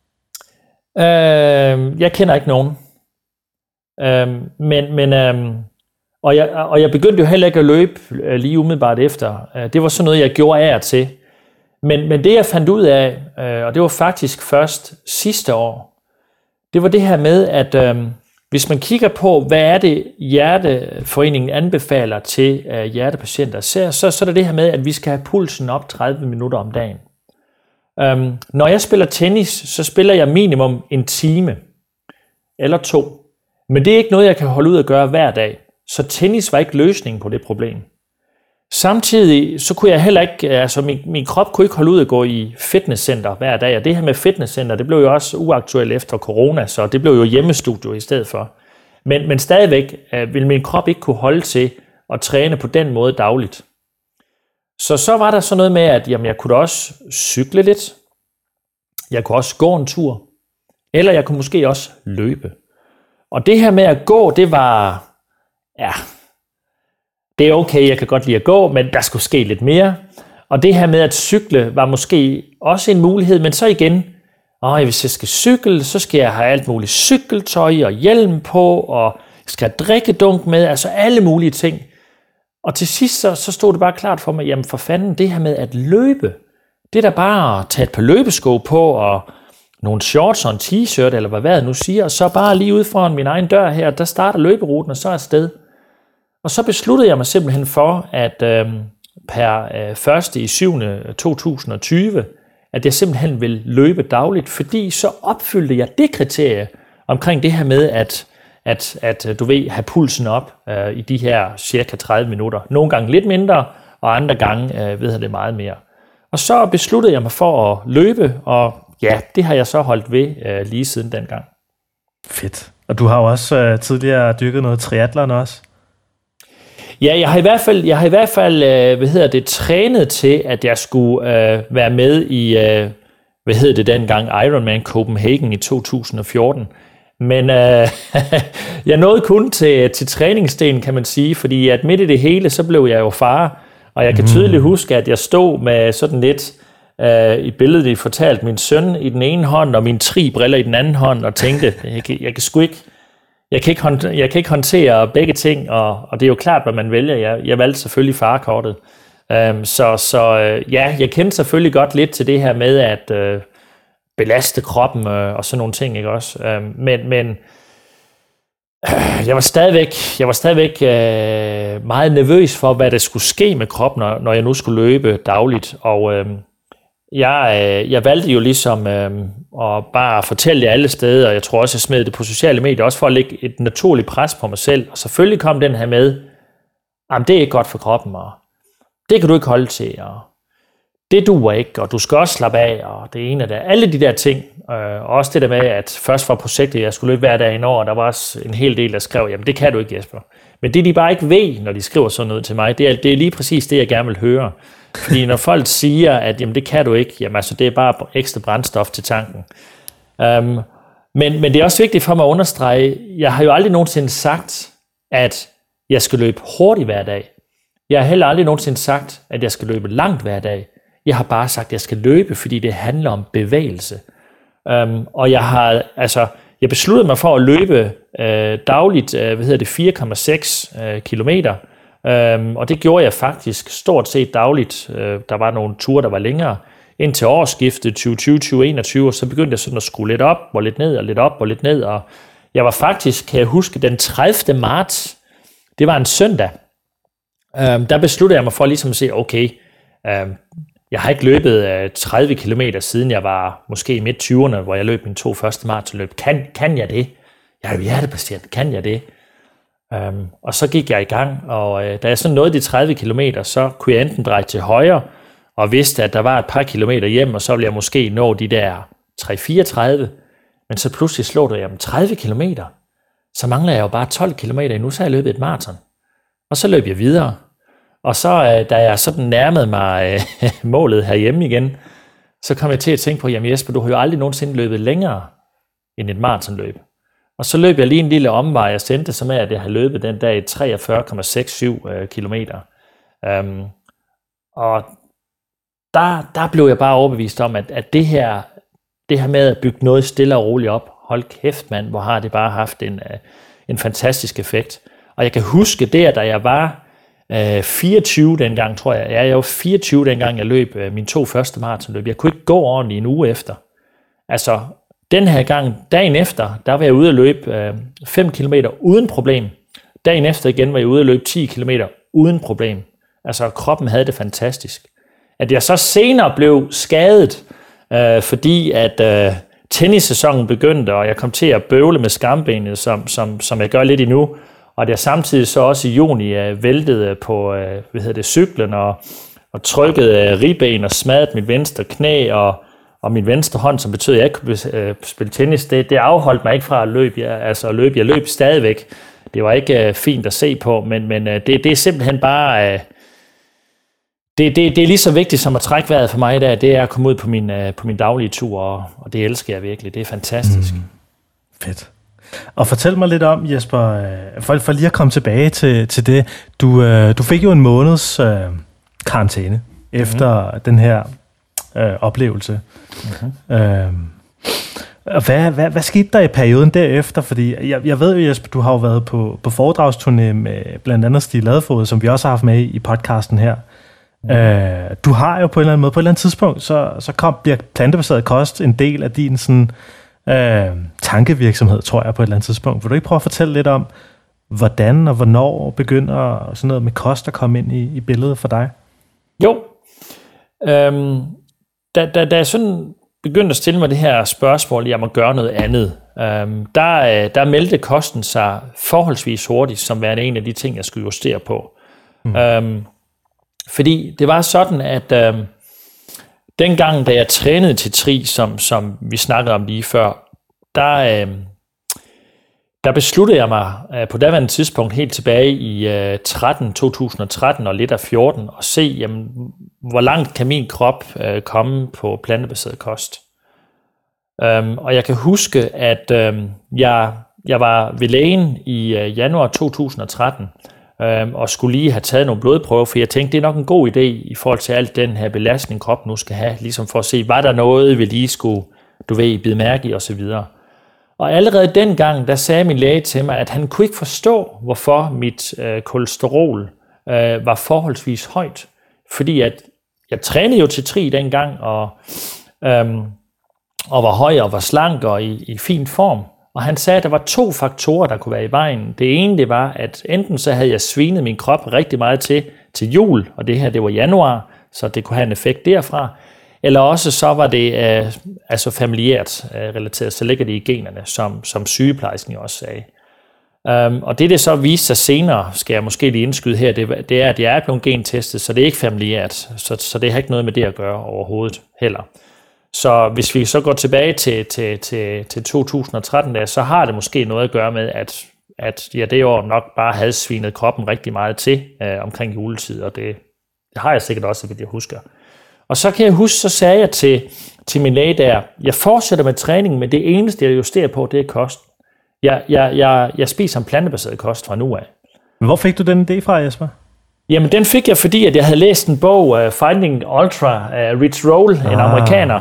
Øh, jeg kender ikke nogen. Øh, men, men øh, Og jeg, og jeg begyndte jo heller ikke at løbe lige umiddelbart efter. Det var sådan noget, jeg gjorde af og til. Men, men det, jeg fandt ud af, og det var faktisk først sidste år, det var det her med, at øh, hvis man kigger på, hvad er det, Hjerteforeningen anbefaler til øh, hjertepatienter, så, så, så er det det her med, at vi skal have pulsen op tredive minutter om dagen. Øh, når jeg spiller tennis, så spiller jeg minimum en time eller to. Men det er ikke noget, jeg kan holde ud at gøre hver dag. Så tennis var ikke løsningen på det problem. Samtidig så kunne jeg heller ikke, altså min, min krop kunne ikke holde ud at gå i fitnesscenter hver dag, og det her med fitnesscenter, det blev jo også uaktuelt efter corona, så det blev jo hjemmestudio i stedet for. Men, men stadigvæk øh, ville min krop ikke kunne holde til at træne på den måde dagligt. Så så var der sådan noget med, at jamen, jeg kunne da også cykle lidt, jeg kunne også gå en tur, eller jeg kunne måske også løbe. Og det her med at gå, det var, ja, det er okay, jeg kan godt lide at gå, men der skulle ske lidt mere. Og det her med at cykle var måske også en mulighed, men så igen, åh, hvis jeg skal cykle, så skal jeg have alt muligt cykeltøj og hjelm på, og jeg skal have drikkedunk med, altså alle mulige ting. Og til sidst så, så stod det bare klart for mig, jamen for fanden, det her med at løbe, det er da bare at tage et par løbesko på, og nogle shorts og en t-shirt, eller hvad vejret nu siger, og så bare lige ud foran min egen dør her, der starter løberuten, og så er jeg afsted. Og så besluttede jeg mig simpelthen for, at øh, per øh, første i syvende to tusind og tyve, at jeg simpelthen vil løbe dagligt, fordi så opfyldte jeg det kriterie omkring det her med, at, at, at du ved, have pulsen op øh, i de her cirka tredive minutter. Nogle gange lidt mindre, og andre gange øh, ved jeg det meget mere. Og så besluttede jeg mig for at løbe, og ja, det har jeg så holdt ved øh, lige siden dengang. Fedt. Og du har jo også øh, tidligere dyrket noget triathlon også. Ja, jeg har i hvert fald, jeg har i hvert fald øh, hvad hedder det, trænet til, at jeg skulle øh, være med i, øh, hvad hed det dengang, Ironman Copenhagen i to tusind og fjorten. Men øh, jeg nåede kun til, til træningsdelen, kan man sige, fordi at midt i det hele, så blev jeg jo far, og jeg kan tydeligt huske, at jeg stod med sådan lidt øh, i billedet, I fortalte min søn i den ene hånd, og mine tre briller i den anden hånd, og tænkte, jeg kan, jeg kan sgu ikke, jeg kan ikke, håndtere, jeg kan ikke håndtere begge ting, og, og det er jo klart, hvad man vælger. Jeg, jeg valgte selvfølgelig farkortet. Um, så så øh, ja, jeg kendte selvfølgelig godt lidt til det her med at øh, belaste kroppen øh, og sådan nogle ting, ikke også? Um, men men øh, jeg var stadigvæk, jeg var stadigvæk øh, meget nervøs for, hvad der skulle ske med kroppen, når, når jeg nu skulle løbe dagligt. Og øh, jeg, øh, jeg valgte jo ligesom øh, at bare fortælle det alle steder, og jeg tror også, jeg smed det på sociale medier, også for at lægge et naturligt pres på mig selv. Og selvfølgelig kom den her med, jamen det er ikke godt for kroppen, og det kan du ikke holde til, og det duer ikke, og du skal også slappe af, og det ene af det. Alle de der ting, øh, og også det der med, at først var projektet, jeg skulle løbe hver dag i år, og der var også en hel del, der skrev, jamen det kan du ikke, Jesper. Men det de bare ikke ved, når de skriver sådan noget til mig, det er, det er lige præcis det, jeg gerne vil høre. Fordi når folk siger, at jamen det kan du ikke, jamen altså det er bare ekstra brændstof til tanken. Um, men, men det er også vigtigt for mig at understrege, jeg har jo aldrig nogensinde sagt, at jeg skal løbe hurtigt hver dag. Jeg har heller aldrig nogensinde sagt, at jeg skal løbe langt hver dag. Jeg har bare sagt, at jeg skal løbe, fordi det handler om bevægelse. Um, og jeg har, altså, jeg besluttede mig for at løbe øh, dagligt, øh, hvad hedder det, fire komma seks øh, kilometer. Um, og det gjorde jeg faktisk stort set dagligt. Uh, der var nogle ture, der var længere. Indtil årsskiftet tyve tyve til tyve enogtyve, og så begyndte jeg sådan at skrue lidt op og lidt ned og lidt op og lidt ned. Og jeg var faktisk, kan jeg huske, den tredivte marts, det var en søndag. Um, der besluttede jeg mig for ligesom at se, okay, um, jeg har ikke løbet uh, tredive kilometer siden jeg var måske i midt tyverne, hvor jeg løb mine to første maratonløb. Kan, kan jeg det? Jeg er jo hjertepatient, kan jeg det? Um, og så gik jeg i gang, og uh, da jeg så nåede de tredive kilometer, så kunne jeg enten dreje til højre, og vidste, at der var et par kilometer hjem, og så ville jeg måske nå de der tre fireogtredive, men så pludselig slog det, jamen tredive kilometer, så mangler jeg jo bare tolv kilometer endnu, så har jeg løbet et maraton. Og så løb jeg videre, og så da jeg sådan nærmede mig uh, målet herhjemme igen, så kom jeg til at tænke på, jamen Jesper, du har jo aldrig nogensinde løbet længere end et maratonløb. Og så løb jeg lige en lille omvej, jeg sendte som af, at jeg havde løbet den dag treogfyrre komma seksogtyve uh, kilometer. Um, og der, der blev jeg bare overbevist om, at, at det, her, det her med at bygge noget stille og roligt op, hold kæft mand, hvor har det bare haft en, uh, en fantastisk effekt. Og jeg kan huske der, da jeg var uh, fireogtyve dengang, tror jeg, ja, jeg var fireogtyve dengang, jeg løb uh, mine to første maratonløb. Jeg kunne ikke gå ordentligt en uge efter. Altså, den her gang, dagen efter, der var jeg ude at løbe øh, fem kilometer uden problem. Dagen efter igen var jeg ude at løbe ti kilometer uden problem. Altså kroppen havde det fantastisk. At jeg så senere blev skadet, øh, fordi at øh, tennissæsonen begyndte, og jeg kom til at bøvle med skambenet, som, som, som jeg gør lidt endnu. Og at jeg samtidig så også i juni øh, væltede på øh, hvad hedder det, cyklen og, og trykkede øh, ribben og smadrede mit venstre knæ og Og min venstre hånd, som betød, at jeg ikke kunne spille tennis, det, det afholdt mig ikke fra at løbe. Jeg, altså at løbe. Jeg løb stadigvæk. Det var ikke uh, fint at se på, men, men uh, det, det er simpelthen bare... Uh, det, det, det er lige så vigtigt som at trække vejret for mig i dag. Det er at komme ud på min, uh, på min daglige tur, og, og det elsker jeg virkelig. Det er fantastisk. Mm. Fedt. Og fortæl mig lidt om, Jesper, for, for lige at komme tilbage til, til det. Du, uh, du fik jo en måneds uh, karantæne efter mm. den her... Øh, oplevelse. Uh-huh. Øh, og hvad, hvad, hvad skete der i perioden derefter? Fordi jeg, jeg ved jo, Jesper, du har jo været på, på foredragsturné med blandt andet Stig Ladefoged, som vi også har haft med i podcasten her. Uh-huh. Øh, du har jo på en eller anden måde, på et eller andet tidspunkt, så, så kom, bliver plantebaseret kost en del af din sådan, øh, tankevirksomhed, tror jeg, på et eller andet tidspunkt. Vil du ikke prøve at fortælle lidt om, hvordan og hvornår begynder sådan noget med kost at komme ind i, i billedet for dig? Jo. Øhm Da, da, da jeg sådan begyndte at stille mig det her spørgsmål, at jeg må gøre noget andet, øhm, der, der meldte kosten sig forholdsvis hurtigt, som værende en af de ting, jeg skulle justere på. Mm. Øhm, fordi det var sådan, at øhm, dengang, da jeg trænede til tri, som, som vi snakkede om lige før, der, øhm, der besluttede jeg mig øh, på daværende tidspunkt helt tilbage i øh, tretten, to tusind og tretten og lidt af fjorten, og se, jamen, hvor langt kan min krop øh, komme på plantebaseret kost. Um, og jeg kan huske, at um, jeg, jeg var ved lægen i uh, januar to tusind og tretten, um, og skulle lige have taget nogle blodprøver, for jeg tænkte, det er nok en god idé i forhold til alt den her belastning, kroppen nu skal have, ligesom for at se, var der noget, vi lige skulle, du ved, bide mærke i osv. Og allerede dengang, der sagde min læge til mig, at han kunne ikke forstå, hvorfor mit øh, kolesterol øh, var forholdsvis højt. Fordi at jeg trænede jo til tri dengang, og, øhm, og var høj og var slank og i, i fin form. Og han sagde, at der var to faktorer, der kunne være i vejen. Det ene, det var, at enten så havde jeg svinet min krop rigtig meget til, til jul, og det her, det var januar, så det kunne have en effekt derfra. Eller også så var det øh, altså familiært øh, relateret, så ligger det i generne, som, som sygeplejersken jo også sagde. Um, og det, det så viste sig senere, skal jeg måske lige indskyde her, det, det er, at jeg er blevet gentestet, så det er ikke familiært, så, så det har ikke noget med det at gøre overhovedet heller. Så hvis vi så går tilbage til, til, til, til to tusind og tretten, der, så har det måske noget at gøre med, at, at jeg det år nok bare havde svinet kroppen rigtig meget til øh, omkring juletid, og det, det har jeg sikkert også, hvis jeg husker. Og så kan jeg huske, så sagde jeg til, til min læge der, jeg fortsætter med træningen, men det eneste, jeg justerer på, det er kost. Jeg, jeg, jeg, jeg spiser en plantebaseret kost fra nu af. Men hvor fik du den idé fra, Jesper? Jamen, den fik jeg, fordi at jeg havde læst en bog, uh, Finding Ultra, af Rich Roll, ah. en amerikaner,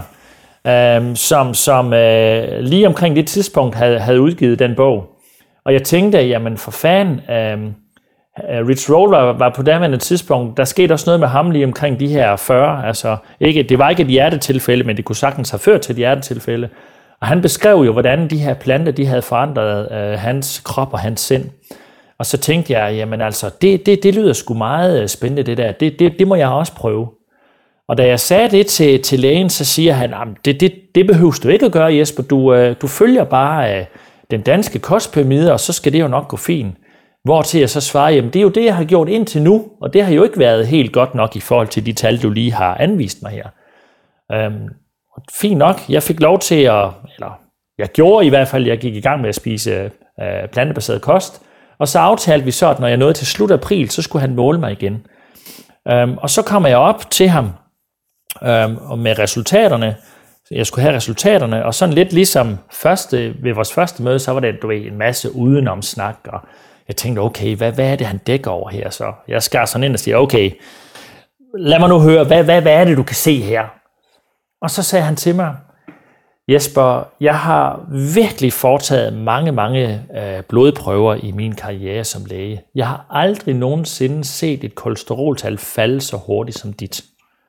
um, som, som uh, lige omkring det tidspunkt havde, havde udgivet den bog. Og jeg tænkte, jamen for fanden, um, Rich Roll var, var på daværende tidspunkt, der skete også noget med ham lige omkring de her fyrre. Altså, ikke, det var ikke et hjertetilfælde, men det kunne sagtens have ført til et hjertetilfælde. Og han beskrev jo, hvordan de her planter, de havde forandret øh, hans krop og hans sind. Og så tænkte jeg, jamen altså, det, det, det lyder sgu meget spændende det der. Det, det, det må jeg også prøve. Og da jeg sagde det til, til lægen, så siger han, det, det, det behøver du ikke at gøre, Jesper. Du, øh, du følger bare øh, den danske kostpyramide, og så skal det jo nok gå fint. Hvortil jeg så svarer, jamen det er jo det, jeg har gjort indtil nu, og det har jo ikke været helt godt nok i forhold til de tal, du lige har anvist mig her. Øhm, Fint nok, jeg fik lov til at, eller jeg gjorde i hvert fald, jeg gik i gang med at spise øh, plantebaseret kost, og så aftalte vi så, at når jeg nåede til slut april, så skulle han måle mig igen. Øhm, og så kommer jeg op til ham øhm, og med resultaterne, jeg skulle have resultaterne, og sådan lidt ligesom første, ved vores første møde, så var det du ved, en masse udenom snak, og jeg tænkte, okay, hvad, hvad er det, han dækker over her så? Jeg skar sådan ind og siger, okay, lad mig nu høre, hvad, hvad, hvad er det, du kan se her? Og så sagde han til mig, Jesper, jeg har virkelig foretaget mange, mange øh, blodprøver i min karriere som læge. Jeg har aldrig nogensinde set et kolesteroltal falde så hurtigt som dit.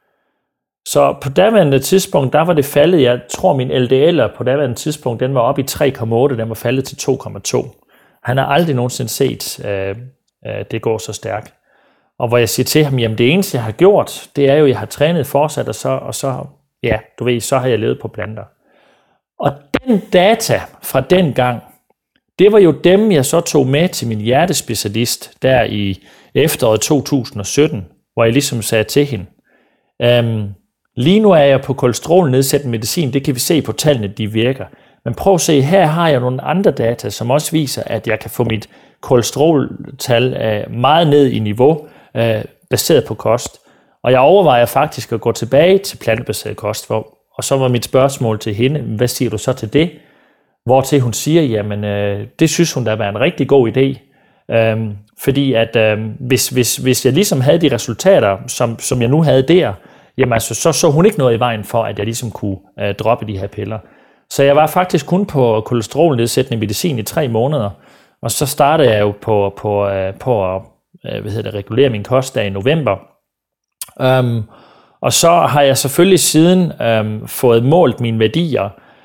Så på daværende tidspunkt, der var det faldet, jeg tror min L D L'er på daværende tidspunkt, den var oppe i tre komma otte, den var faldet til to komma to. Han har aldrig nogensinde set, øh, øh, det går så stærkt. Og hvor jeg siger til ham, jamen det eneste, jeg har gjort, det er jo, at jeg har trænet fortsat, og så, og så ja, du ved, så har jeg levet på planter. Og den data fra den gang, det var jo dem, jeg så tog med til min hjertespecialist der i efteråret to tusind og sytten, hvor jeg ligesom sagde til hende, øhm, lige nu er jeg på kolesterolnedsættende medicin, det kan vi se på tallene, de virker. Men prøv at se, her har jeg nogle andre data, som også viser, at jeg kan få mit kolesteroltal øh, meget ned i niveau, øh, baseret på kost. Og jeg overvejer faktisk at gå tilbage til plantebaseret kost, og så var mit spørgsmål til hende, hvad siger du så til det? Hvortil hun siger, jamen øh, det synes hun da var en rigtig god idé. Øhm, fordi at øh, hvis, hvis, hvis jeg ligesom havde de resultater, som, som jeg nu havde der, jamen altså, så så hun ikke noget i vejen for, at jeg ligesom kunne øh, droppe de her piller. Så jeg var faktisk kun på kolesterolnedsættende medicin i tre måneder, og så startede jeg jo på, på, øh, på at øh, hvad hedder det, regulere min kost der i november. Um, og så har jeg selvfølgelig siden um, fået målt mine værdier,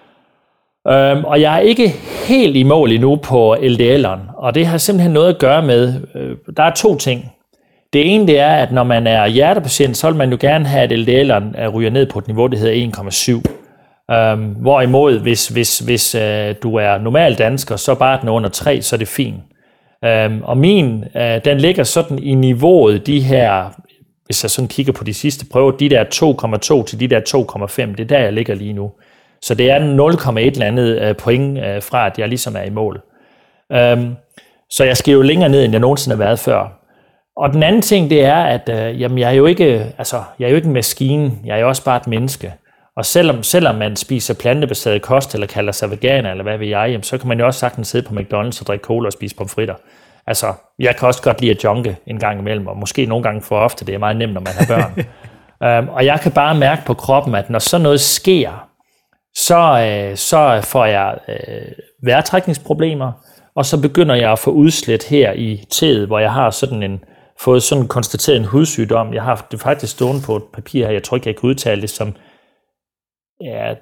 um, og jeg er ikke helt i mål endnu på L D L'eren, og det har simpelthen noget at gøre med, uh, der er to ting. Det ene det er, at når man er hjertepatient, så vil man jo gerne have, at L D L'eren ryger ned på et niveau, der hedder en komma syv. Um, hvorimod, hvis, hvis, hvis uh, du er normal dansker, så bare den under tre, så er det fint. Um, og min, uh, den ligger sådan i niveauet, de her, hvis jeg sådan kigger på de sidste prøver, de der to komma to til de der to komma fem, det er der, jeg ligger lige nu. Så det er nul komma et eller andet point fra, at jeg ligesom er i mål. Um, så jeg skal jo længere ned, end jeg nogensinde har været før. Og den anden ting, det er, at uh, jamen, jeg, er jo ikke, altså, jeg er jo ikke en maskine, jeg er jo også bare et menneske. Og selvom, selvom man spiser plantebaseret kost, eller kalder sig veganer, eller hvad ved jeg, jamen, så kan man jo også sagtens sidde på McDonald's og drikke cola og spise pomfritter. Altså, jeg kan også godt lide at junke en gang imellem, og måske nogle gange for ofte, det er meget nemt, når man har børn. um, og jeg kan bare mærke på kroppen, at når sådan noget sker, så, øh, så får jeg øh, vejrtrækningsproblemer, og så begynder jeg at få udslæt her i tæet, hvor jeg har sådan en, fået sådan konstateret en hudsygdom. Jeg har det faktisk stående på et papir her, jeg tror ikke, jeg kan udtale det som ja,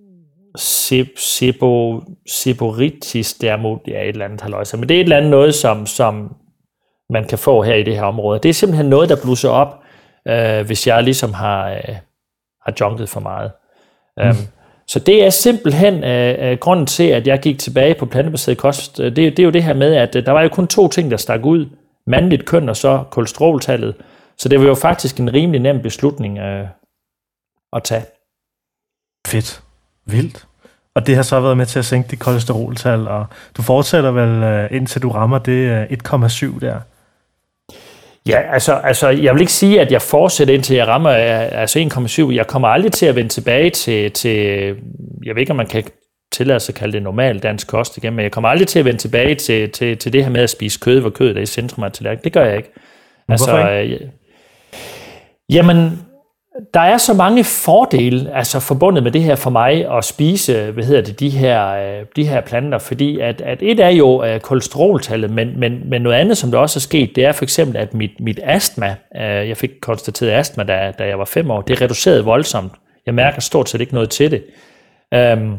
sebo, seboritis dermod, ja, et eller andet haløjse. Men det er et eller andet noget, som, som man kan få her i det her område. Det er simpelthen noget, der blusser op, øh, hvis jeg ligesom har, øh, har junket for meget. Mm. Um, så det er simpelthen øh, grunden til, at jeg gik tilbage på plantebaseret kost. Det, det er jo det her med, at der var jo kun to ting, der stak ud. Mandligt køn og så kolesteroltallet. Så det var jo faktisk en rimelig nem beslutning øh, at tage. Fedt. Vildt. Og det har så været med til at sænke dit kolesteroltal, og du fortsætter vel øh, indtil du rammer det øh, et komma syv der? Ja, altså, altså jeg vil ikke sige, at jeg fortsætter indtil jeg rammer øh, altså en komma syv. Jeg kommer aldrig til at vende tilbage til, til, jeg ved ikke, om man kan tillade sig at kalde det normal dansk kost igen, men jeg kommer aldrig til at vende tilbage til, til, til det her med at spise kød, hvor kødet er i centrum af tallerkenen. Det gør jeg ikke. Altså, hvorfor ikke? Øh, jamen, der er så mange fordele altså forbundet med det her for mig at spise, hvad hedder det, de her, de her planter, fordi at, at et er jo uh, kolesteroltallet, men, men, men noget andet, som der også er sket, det er for eksempel, at mit, mit astma, uh, jeg fik konstateret astma, da, da jeg var fem år, det reducerede voldsomt. Jeg mærker stort set ikke noget til det. Um,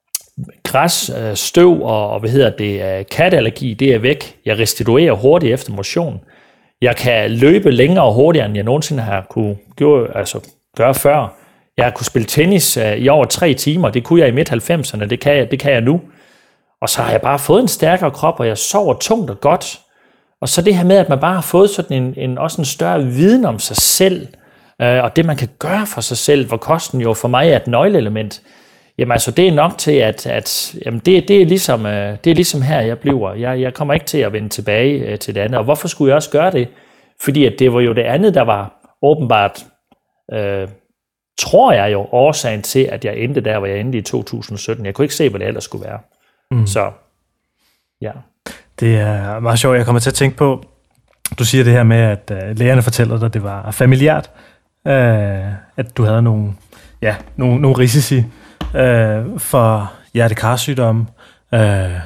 græs, uh, støv og, og hvad hedder det, uh, katteallergi, det er væk. Jeg restituerer hurtigt efter motion. Jeg kan løbe længere og hurtigere, end jeg nogensinde har kunne gøre, altså, gøre før. Jeg har kunne spille tennis uh, i over tre timer. Det kunne jeg i midt halvfemserne. Det kan jeg, det kan jeg nu. Og så har jeg bare fået en stærkere krop, og jeg sover tungt og godt. Og så det her med, at man bare har fået sådan en, en, også en større viden om sig selv, uh, og det man kan gøre for sig selv, hvor kosten jo for mig er et nøgleelement. Jamen altså, det er nok til, at, at jamen, det, det, er ligesom, uh, det er ligesom her, jeg bliver. Jeg, jeg kommer ikke til at vende tilbage uh, til det andet. Og hvorfor skulle jeg også gøre det? Fordi at det var jo det andet, der var åbenbart, uh, tror jeg jo, årsagen til, at jeg endte der, hvor jeg endte i to tusind sytten. Jeg kunne ikke se, hvad det ellers skulle være. Mm. Så, ja. Det er meget sjovt. Jeg kommer til at tænke på, du siger det her med, at uh, lægerne fortæller dig, at det var familiært, uh, at du havde nogle, ja, nogle, nogle risici uh, for hjertekarsygdomme. Uh,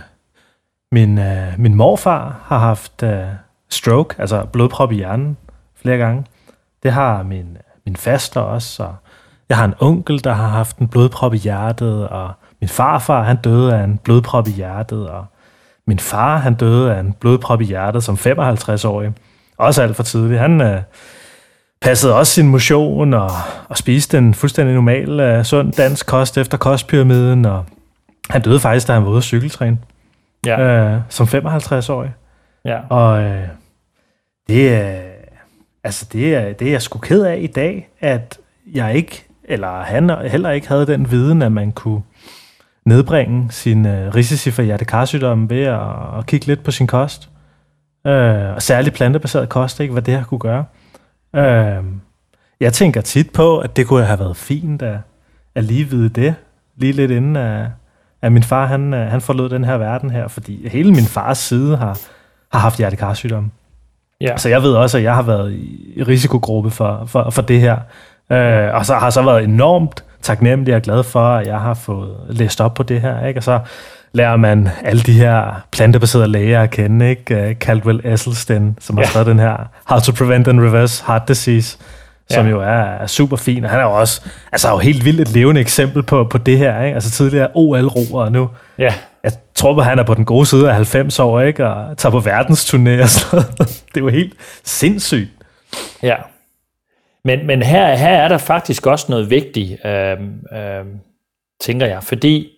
min, uh, min morfar har haft uh, stroke, altså blodprop i hjernen, flere gange. Det har min, min faster også, og jeg har en onkel, der har haft en blodprop i hjertet, og min farfar, han døde af en blodprop i hjertet, og min far, han døde af en blodprop i hjertet som femoghalvtreds-årig. Også alt for tidligt. Han øh, passede også sin motion og, og spiste en fuldstændig normal, øh, sund dansk kost efter kostpyramiden, og han døde faktisk, da han var ude at cykeltræne, ja. øh, som femoghalvtreds-årig. Ja. Og øh, det, er, altså det, er, det er jeg sgu ked af i dag, at jeg ikke, eller han heller ikke havde den viden, at man kunne nedbringe sin øh, risici for hjertekarsygdomme ved at, at kigge lidt på sin kost. Øh, og særligt plantebaseret kost, ikke, hvad det her kunne gøre. Øh, jeg tænker tit på, at det kunne have været fint at, at lige vide det, lige lidt inden at, at min far han, han forlod den her verden her, fordi hele min fars side har, har haft hjertekarsygdomme. Ja. Så jeg ved også, at jeg har været i risikogruppe for, for, for det her. Øh, og så har så været enormt taknemmelig og glad for, at jeg har fået læst op på det her, ikke? Og så lærer man alle de her plantebaserede læger at kende, ikke? Caldwell Esselstyn, som har skrevet ja. den her How to Prevent and Reverse Heart Disease, som ja. jo er, er super fin, og han er jo også altså er jo helt vildt et levende eksempel på, på det her, ikke? Altså tidligere O L-roer, og nu ja. jeg tror på, han er på den gode side af halvfems år, ikke? Og tager på verdensturné og sådan noget. Det er jo helt sindssygt. Ja. Men, men her, her er der faktisk også noget vigtigt, øhm, øhm, tænker jeg, fordi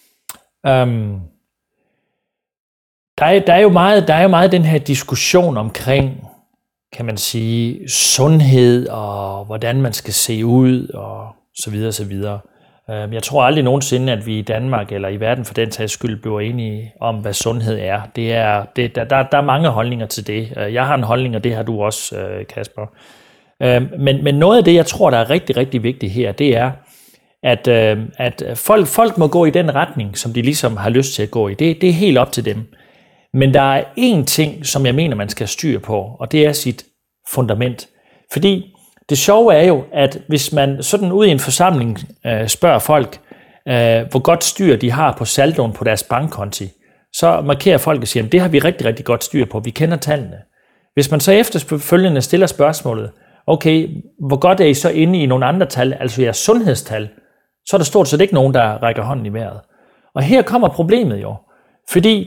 øhm, der, er, der, er jo meget, der er jo meget den her diskussion omkring, kan man sige, sundhed og hvordan man skal se ud og så videre, så videre. Øhm, jeg tror aldrig nogensinde, at vi i Danmark eller i verden for den tages skyld bliver enige om, hvad sundhed er. Det er det, der, der, der er mange holdninger til det. Jeg har en holdning, og det har du også, Kasper. Men, men noget af det, jeg tror, der er rigtig, rigtig vigtigt her, det er, at, øh, at folk, folk må gå i den retning, som de ligesom har lyst til at gå i. Det, det er helt op til dem. Men der er én ting, som jeg mener, man skal styre på, og det er sit fundament. Fordi det sjove er jo, at hvis man sådan ude i en forsamling øh, spørger folk, øh, hvor godt styr de har på saldoen på deres bankkonti, så markerer folk og siger, at det har vi rigtig, rigtig godt styr på. Vi kender tallene. Hvis man så efterfølgende stiller spørgsmålet, okay, hvor godt er I så inde i nogle andre tal, altså jeres sundhedstal, så er der stort set ikke nogen, der rækker hånden i vejret. Og her kommer problemet jo, fordi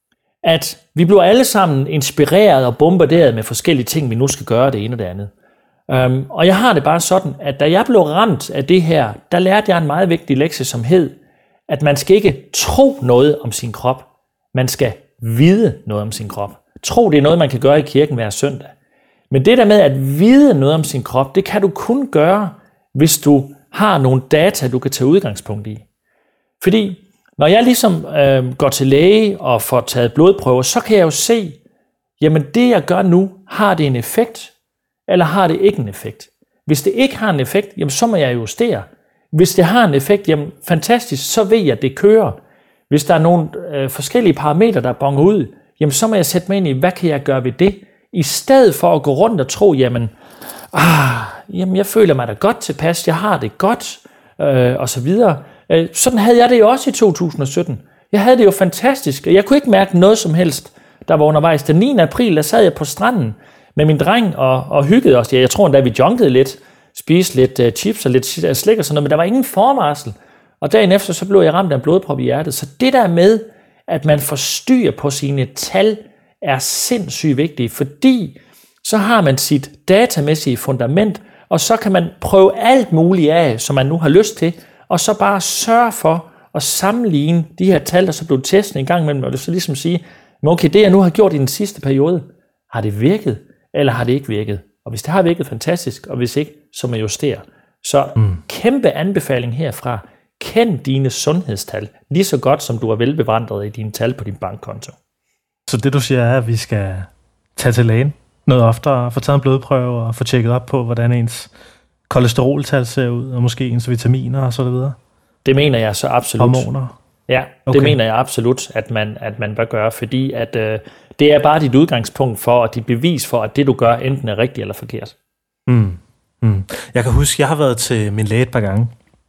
at vi bliver alle sammen inspireret og bombarderet med forskellige ting, vi nu skal gøre det ene og det andet. Um, og jeg har det bare sådan, at da jeg blev ramt af det her, der lærte jeg en meget vigtig lektie, som hed, at man skal ikke tro noget om sin krop, man skal vide noget om sin krop. Tro, det er noget, man kan gøre i kirken hver søndag. Men det der med at vide noget om sin krop, det kan du kun gøre, hvis du har nogle data, du kan tage udgangspunkt i. Fordi når jeg ligesom øh, går til læge og får taget blodprøver, så kan jeg jo se, jamen det jeg gør nu, har det en effekt, eller har det ikke en effekt? Hvis det ikke har en effekt, jamen så må jeg justere. Hvis det har en effekt, jamen fantastisk, så ved jeg, at det kører. Hvis der er nogle øh, forskellige parametre, der bonger ud, jamen så må jeg sætte mig ind i, hvad kan jeg gøre ved det? I stedet for at gå rundt og tro, jamen, ah, jamen jeg føler mig da godt tilpas, jeg har det godt, øh, og så videre. Øh, sådan havde jeg det jo også i to tusind og sytten. Jeg havde det jo fantastisk, og jeg kunne ikke mærke noget som helst, der var undervejs. Den niende april, der sad jeg på stranden med min dreng og, og hyggede os. Jeg tror endda, vi junkede lidt, spiste lidt uh, chips og lidt slik og sådan noget, men der var ingen forvarsel. Og dagen efter, så blev jeg ramt af en blodprop i hjertet. Så det der med, at man får styr på sine tal, er sindssygt vigtigt, fordi så har man sit datamæssige fundament, og så kan man prøve alt muligt af, som man nu har lyst til, og så bare sørge for at sammenligne de her tal, der så blev testet en gang imellem, og det så ligesom sige, okay, det jeg nu har gjort i den sidste periode, har det virket, eller har det ikke virket? Og hvis det har virket, fantastisk, og hvis ikke, så må justere. Så mm. kæmpe anbefaling herfra, kend dine sundhedstal, lige så godt som du er velbevandret i dine tal på din bankkonto. Så det du siger er, at vi skal tage til lægen noget oftere, få taget en blodprøve og få tjekket op på, hvordan ens kolesteroltal ser ud, og måske ens vitaminer og så videre? Det mener jeg så absolut. Hormoner? Ja, okay. Det mener jeg absolut, at man, at man bør gøre, fordi at, øh, det er bare dit udgangspunkt for, og dit bevis for, at det du gør, enten er rigtigt eller forkert. Mm. Mm. Jeg kan huske, jeg har været til min læge et par gange,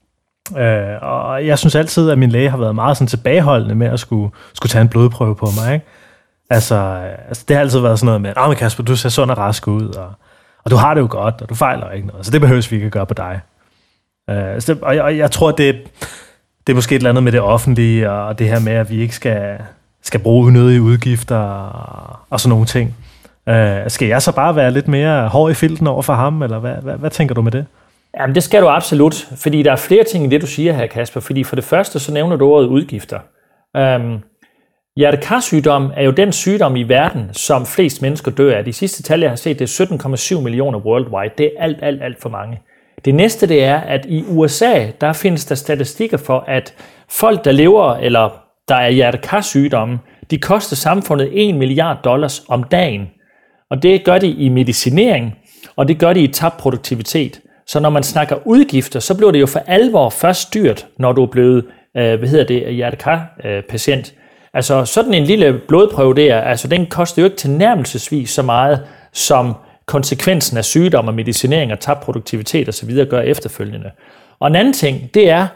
øh, og jeg synes altid, at min læge har været meget sådan tilbageholdende med at skulle, skulle tage en blodprøve på mig, ikke? Altså, altså, det har altid været sådan noget med, ah, men Kasper, du ser sund og rask ud, og, og du har det jo godt, og du fejler ikke noget, så det behøves vi ikke at gøre på dig. Uh, så det, og, jeg, og jeg tror, det, det er måske et eller andet med det offentlige, og det her med, at vi ikke skal, skal bruge unødige udgifter, og, og sådan nogle ting. Uh, skal jeg så bare være lidt mere hård i filten over for ham, eller hvad, hvad, hvad tænker du med det? Jamen, det skal du absolut, fordi der er flere ting i det, du siger her, Kasper, fordi for det første, så nævner du ordet udgifter. Um, Hjertekarsygdom er jo den sygdom i verden, som flest mennesker dør af. De sidste tal, jeg har set, det er sytten komma syv millioner worldwide. Det er alt, alt, alt for mange. Det næste, det er, at i U S A, der findes der statistikker for, at folk, der lever, eller der er hjertekarsygdomme, de koster samfundet en milliard dollars om dagen. Og det gør de i medicinering, og det gør de i tabt produktivitet. Så når man snakker udgifter, så bliver det jo for alvor først dyrt, når du er blevet, øh, hvad hedder det, hjertekar-patient. Øh, Altså sådan en lille blodprøve der, altså den koster jo ikke tilnærmelsesvis så meget, som konsekvensen af sygdom og medicinering og tabt produktivitet osv. gør efterfølgende. Og en anden ting, det er,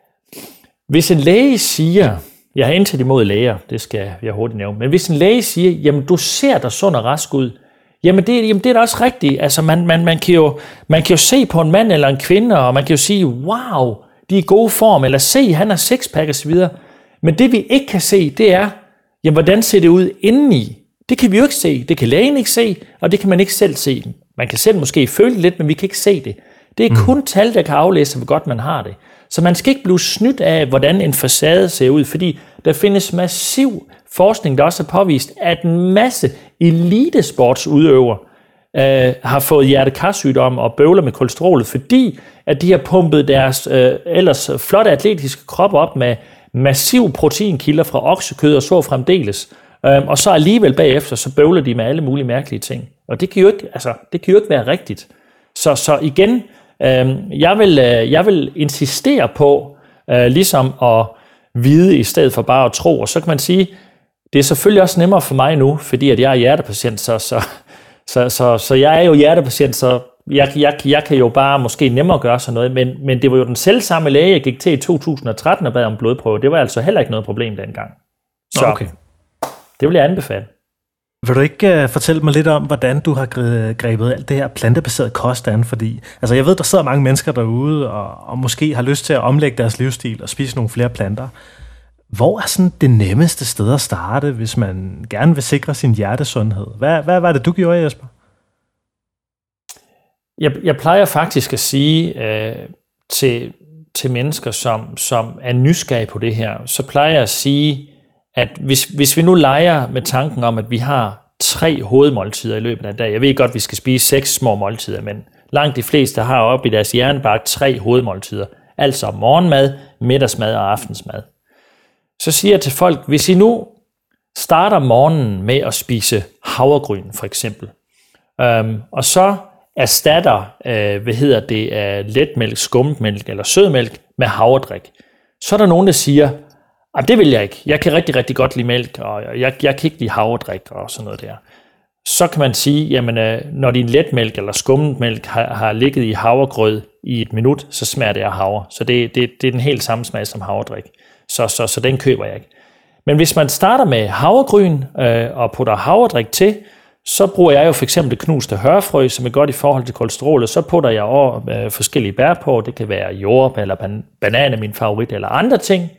hvis en læge siger, jeg har intet imod læger, det skal jeg hurtigt nævne, men hvis en læge siger, jamen du ser dig sund og rask ud, jamen det, jamen det er da også rigtigt. Altså man, man, man, kan jo, man kan jo se på en mand eller en kvinde, og man kan jo sige, wow, de er i god form, eller se, han har sixpack osv. Men det vi ikke kan se, det er, jamen hvordan ser det ud indeni? Det kan vi jo ikke se, det kan lægen ikke se, og det kan man ikke selv se. Man kan selv måske føle det lidt, men vi kan ikke se det. Det er kun tal, der kan aflæse, hvor godt man har det. Så man skal ikke blive snydt af, hvordan en facade ser ud, fordi der findes massiv forskning, der også har påvist, at en masse elitesportsudøvere øh, har fået hjertekarsygdom og bøvler med kolesterolet, fordi at de har pumpet deres øh, ellers flotte atletiske krop op med massiv proteinkilder fra oksekød og så fremdeles. Øhm, og så alligevel bagefter, så bøvler de med alle mulige mærkelige ting. Og det kan jo ikke, altså, det kan jo ikke være rigtigt. Så, så igen, Øh, jeg, vil, øh, jeg vil insistere på øh, ligesom at vide i stedet for bare at tro, og så kan man sige, det er selvfølgelig også nemmere for mig nu, fordi at jeg er hjertepatient, så, så, så, så, så jeg er jo hjertepatient, så jeg, jeg, jeg kan jo bare måske nemmere gøre sådan noget, men, men det var jo den selv samme læge, jeg gik til i to tusind og tretten og bad om blodprøve. Det var altså heller ikke noget problem dengang. Så okay. Det vil jeg anbefale. Vil du ikke uh, fortælle mig lidt om, hvordan du har grebet alt det her plantebaserede kost an? Fordi altså, jeg ved, der sidder mange mennesker derude, og, og måske har lyst til at omlægge deres livsstil og spise nogle flere planter. Hvor er sådan det nemmeste sted at starte, hvis man gerne vil sikre sin hjertesundhed? Hvad, hvad var det, du gjorde, Jesper? Jeg, jeg plejer faktisk at sige øh, til, til mennesker, som, som er nysgerrige på det her, så plejer jeg at sige, at hvis, hvis vi nu leger med tanken om, at vi har tre hovedmåltider i løbet af en dag. Jeg ved godt, at vi skal spise seks små måltider, men langt de fleste har oppe i deres hjerne bare tre hovedmåltider. Altså morgenmad, middagsmad og aftensmad. Så siger jeg til folk, hvis I nu starter morgenen med at spise havregryn for eksempel, øhm, og så erstatter, øh, hvad hedder det, øh, letmælk, skummetmælk eller sødmælk med havredrik, så er der nogen, der siger, det vil jeg ikke. Jeg kan rigtig, rigtig godt lide mælk, og jeg, jeg kan ikke lide havredrik og sådan noget der. Så kan man sige, jamen, øh, når din letmælk eller skummetmælk har, har ligget i havregrød i et minut, så smager det af havre. Så det, det, det er den helt samme smag som havredrik. Så, så, så den køber jeg ikke. Men hvis man starter med havregryn øh, og putter havredrik til, så bruger jeg jo for eksempel det knuste hørfrø, som er godt i forhold til kolesterol, og så putter jeg over øh, forskellige bær på. Det kan være jordbær eller ban- banan er min favorit, eller andre ting.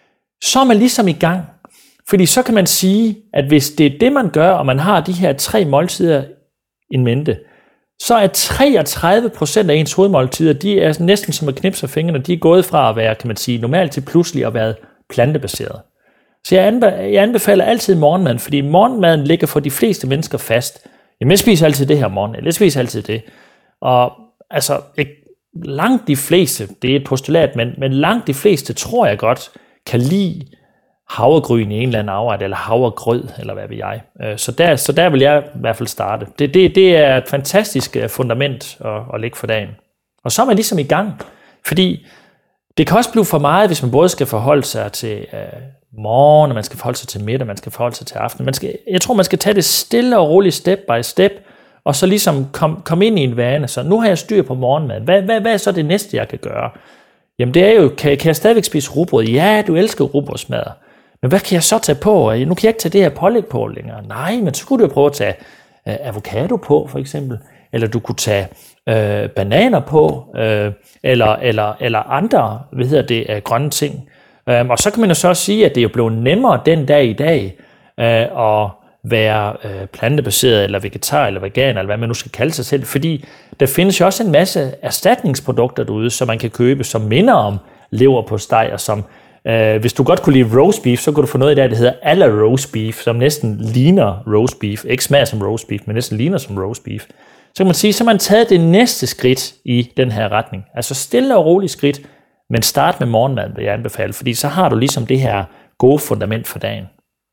Så er man ligesom i gang. Fordi så kan man sige, at hvis det er det, man gør, og man har de her tre måltider in mente, så er treogtredive procent af ens hovedmåltider, de er næsten som at knipse af fingrene, de er gået fra at være, kan man sige, normalt til pludselig at være plantebaseret. Så jeg, anbe- jeg anbefaler altid morgenmaden, fordi morgenmaden ligger for de fleste mennesker fast. Jamen, jeg spiser altid det her morgen, eller jeg spiser altid det. Og altså, ikke, langt de fleste, det er et postulat, men, men langt de fleste, tror jeg godt, kan lide havregryn i en eller anden afret, eller havregrød, eller hvad ved jeg. Så der, så der vil jeg i hvert fald starte. Det, det, det er et fantastisk fundament at, at lægge for dagen. Og så er man ligesom i gang, fordi det kan også blive for meget, hvis man både skal forholde sig til øh, morgen, og man skal forholde sig til middag, man skal forholde sig til aften. Man skal, jeg tror, man skal tage det stille og roligt step by step, og så ligesom komme kom ind i en vane. Så nu har jeg styr på morgenmaden. Hvad, hvad, hvad er så det næste, jeg kan gøre? Jamen det er jo, kan, kan jeg stadigvæk spise rugbrød? Ja, du elsker rugbrødsmad. Men hvad kan jeg så tage på? Nu kan jeg ikke tage det her pålæg på længere. Nej, men så kunne du jo prøve at tage øh, avocado på, for eksempel. Eller du kunne tage øh, bananer på, øh, eller, eller, eller andre, hvad hedder det, øh, grønne ting. Um, og så kan man jo så også sige, at det er jo blevet nemmere den dag i dag øh, at være øh, plantebaseret, eller vegetar, eller veganer, eller hvad man nu skal kalde sig selv. Fordi der findes jo også en masse erstatningsprodukter derude, som man kan købe, som minder om leverpostej, og som Uh, hvis du godt kunne lide roast beef, så kunne du få noget i dag, der hedder a la roast beef, som næsten ligner roast beef. Ikke smager som roast beef, men næsten ligner som roast beef. Så kan man sige, så har man taget det næste skridt i den her retning. Altså stille og roligt skridt, men start med morgenmaden, vil jeg anbefale, fordi så har du ligesom det her gode fundament for dagen.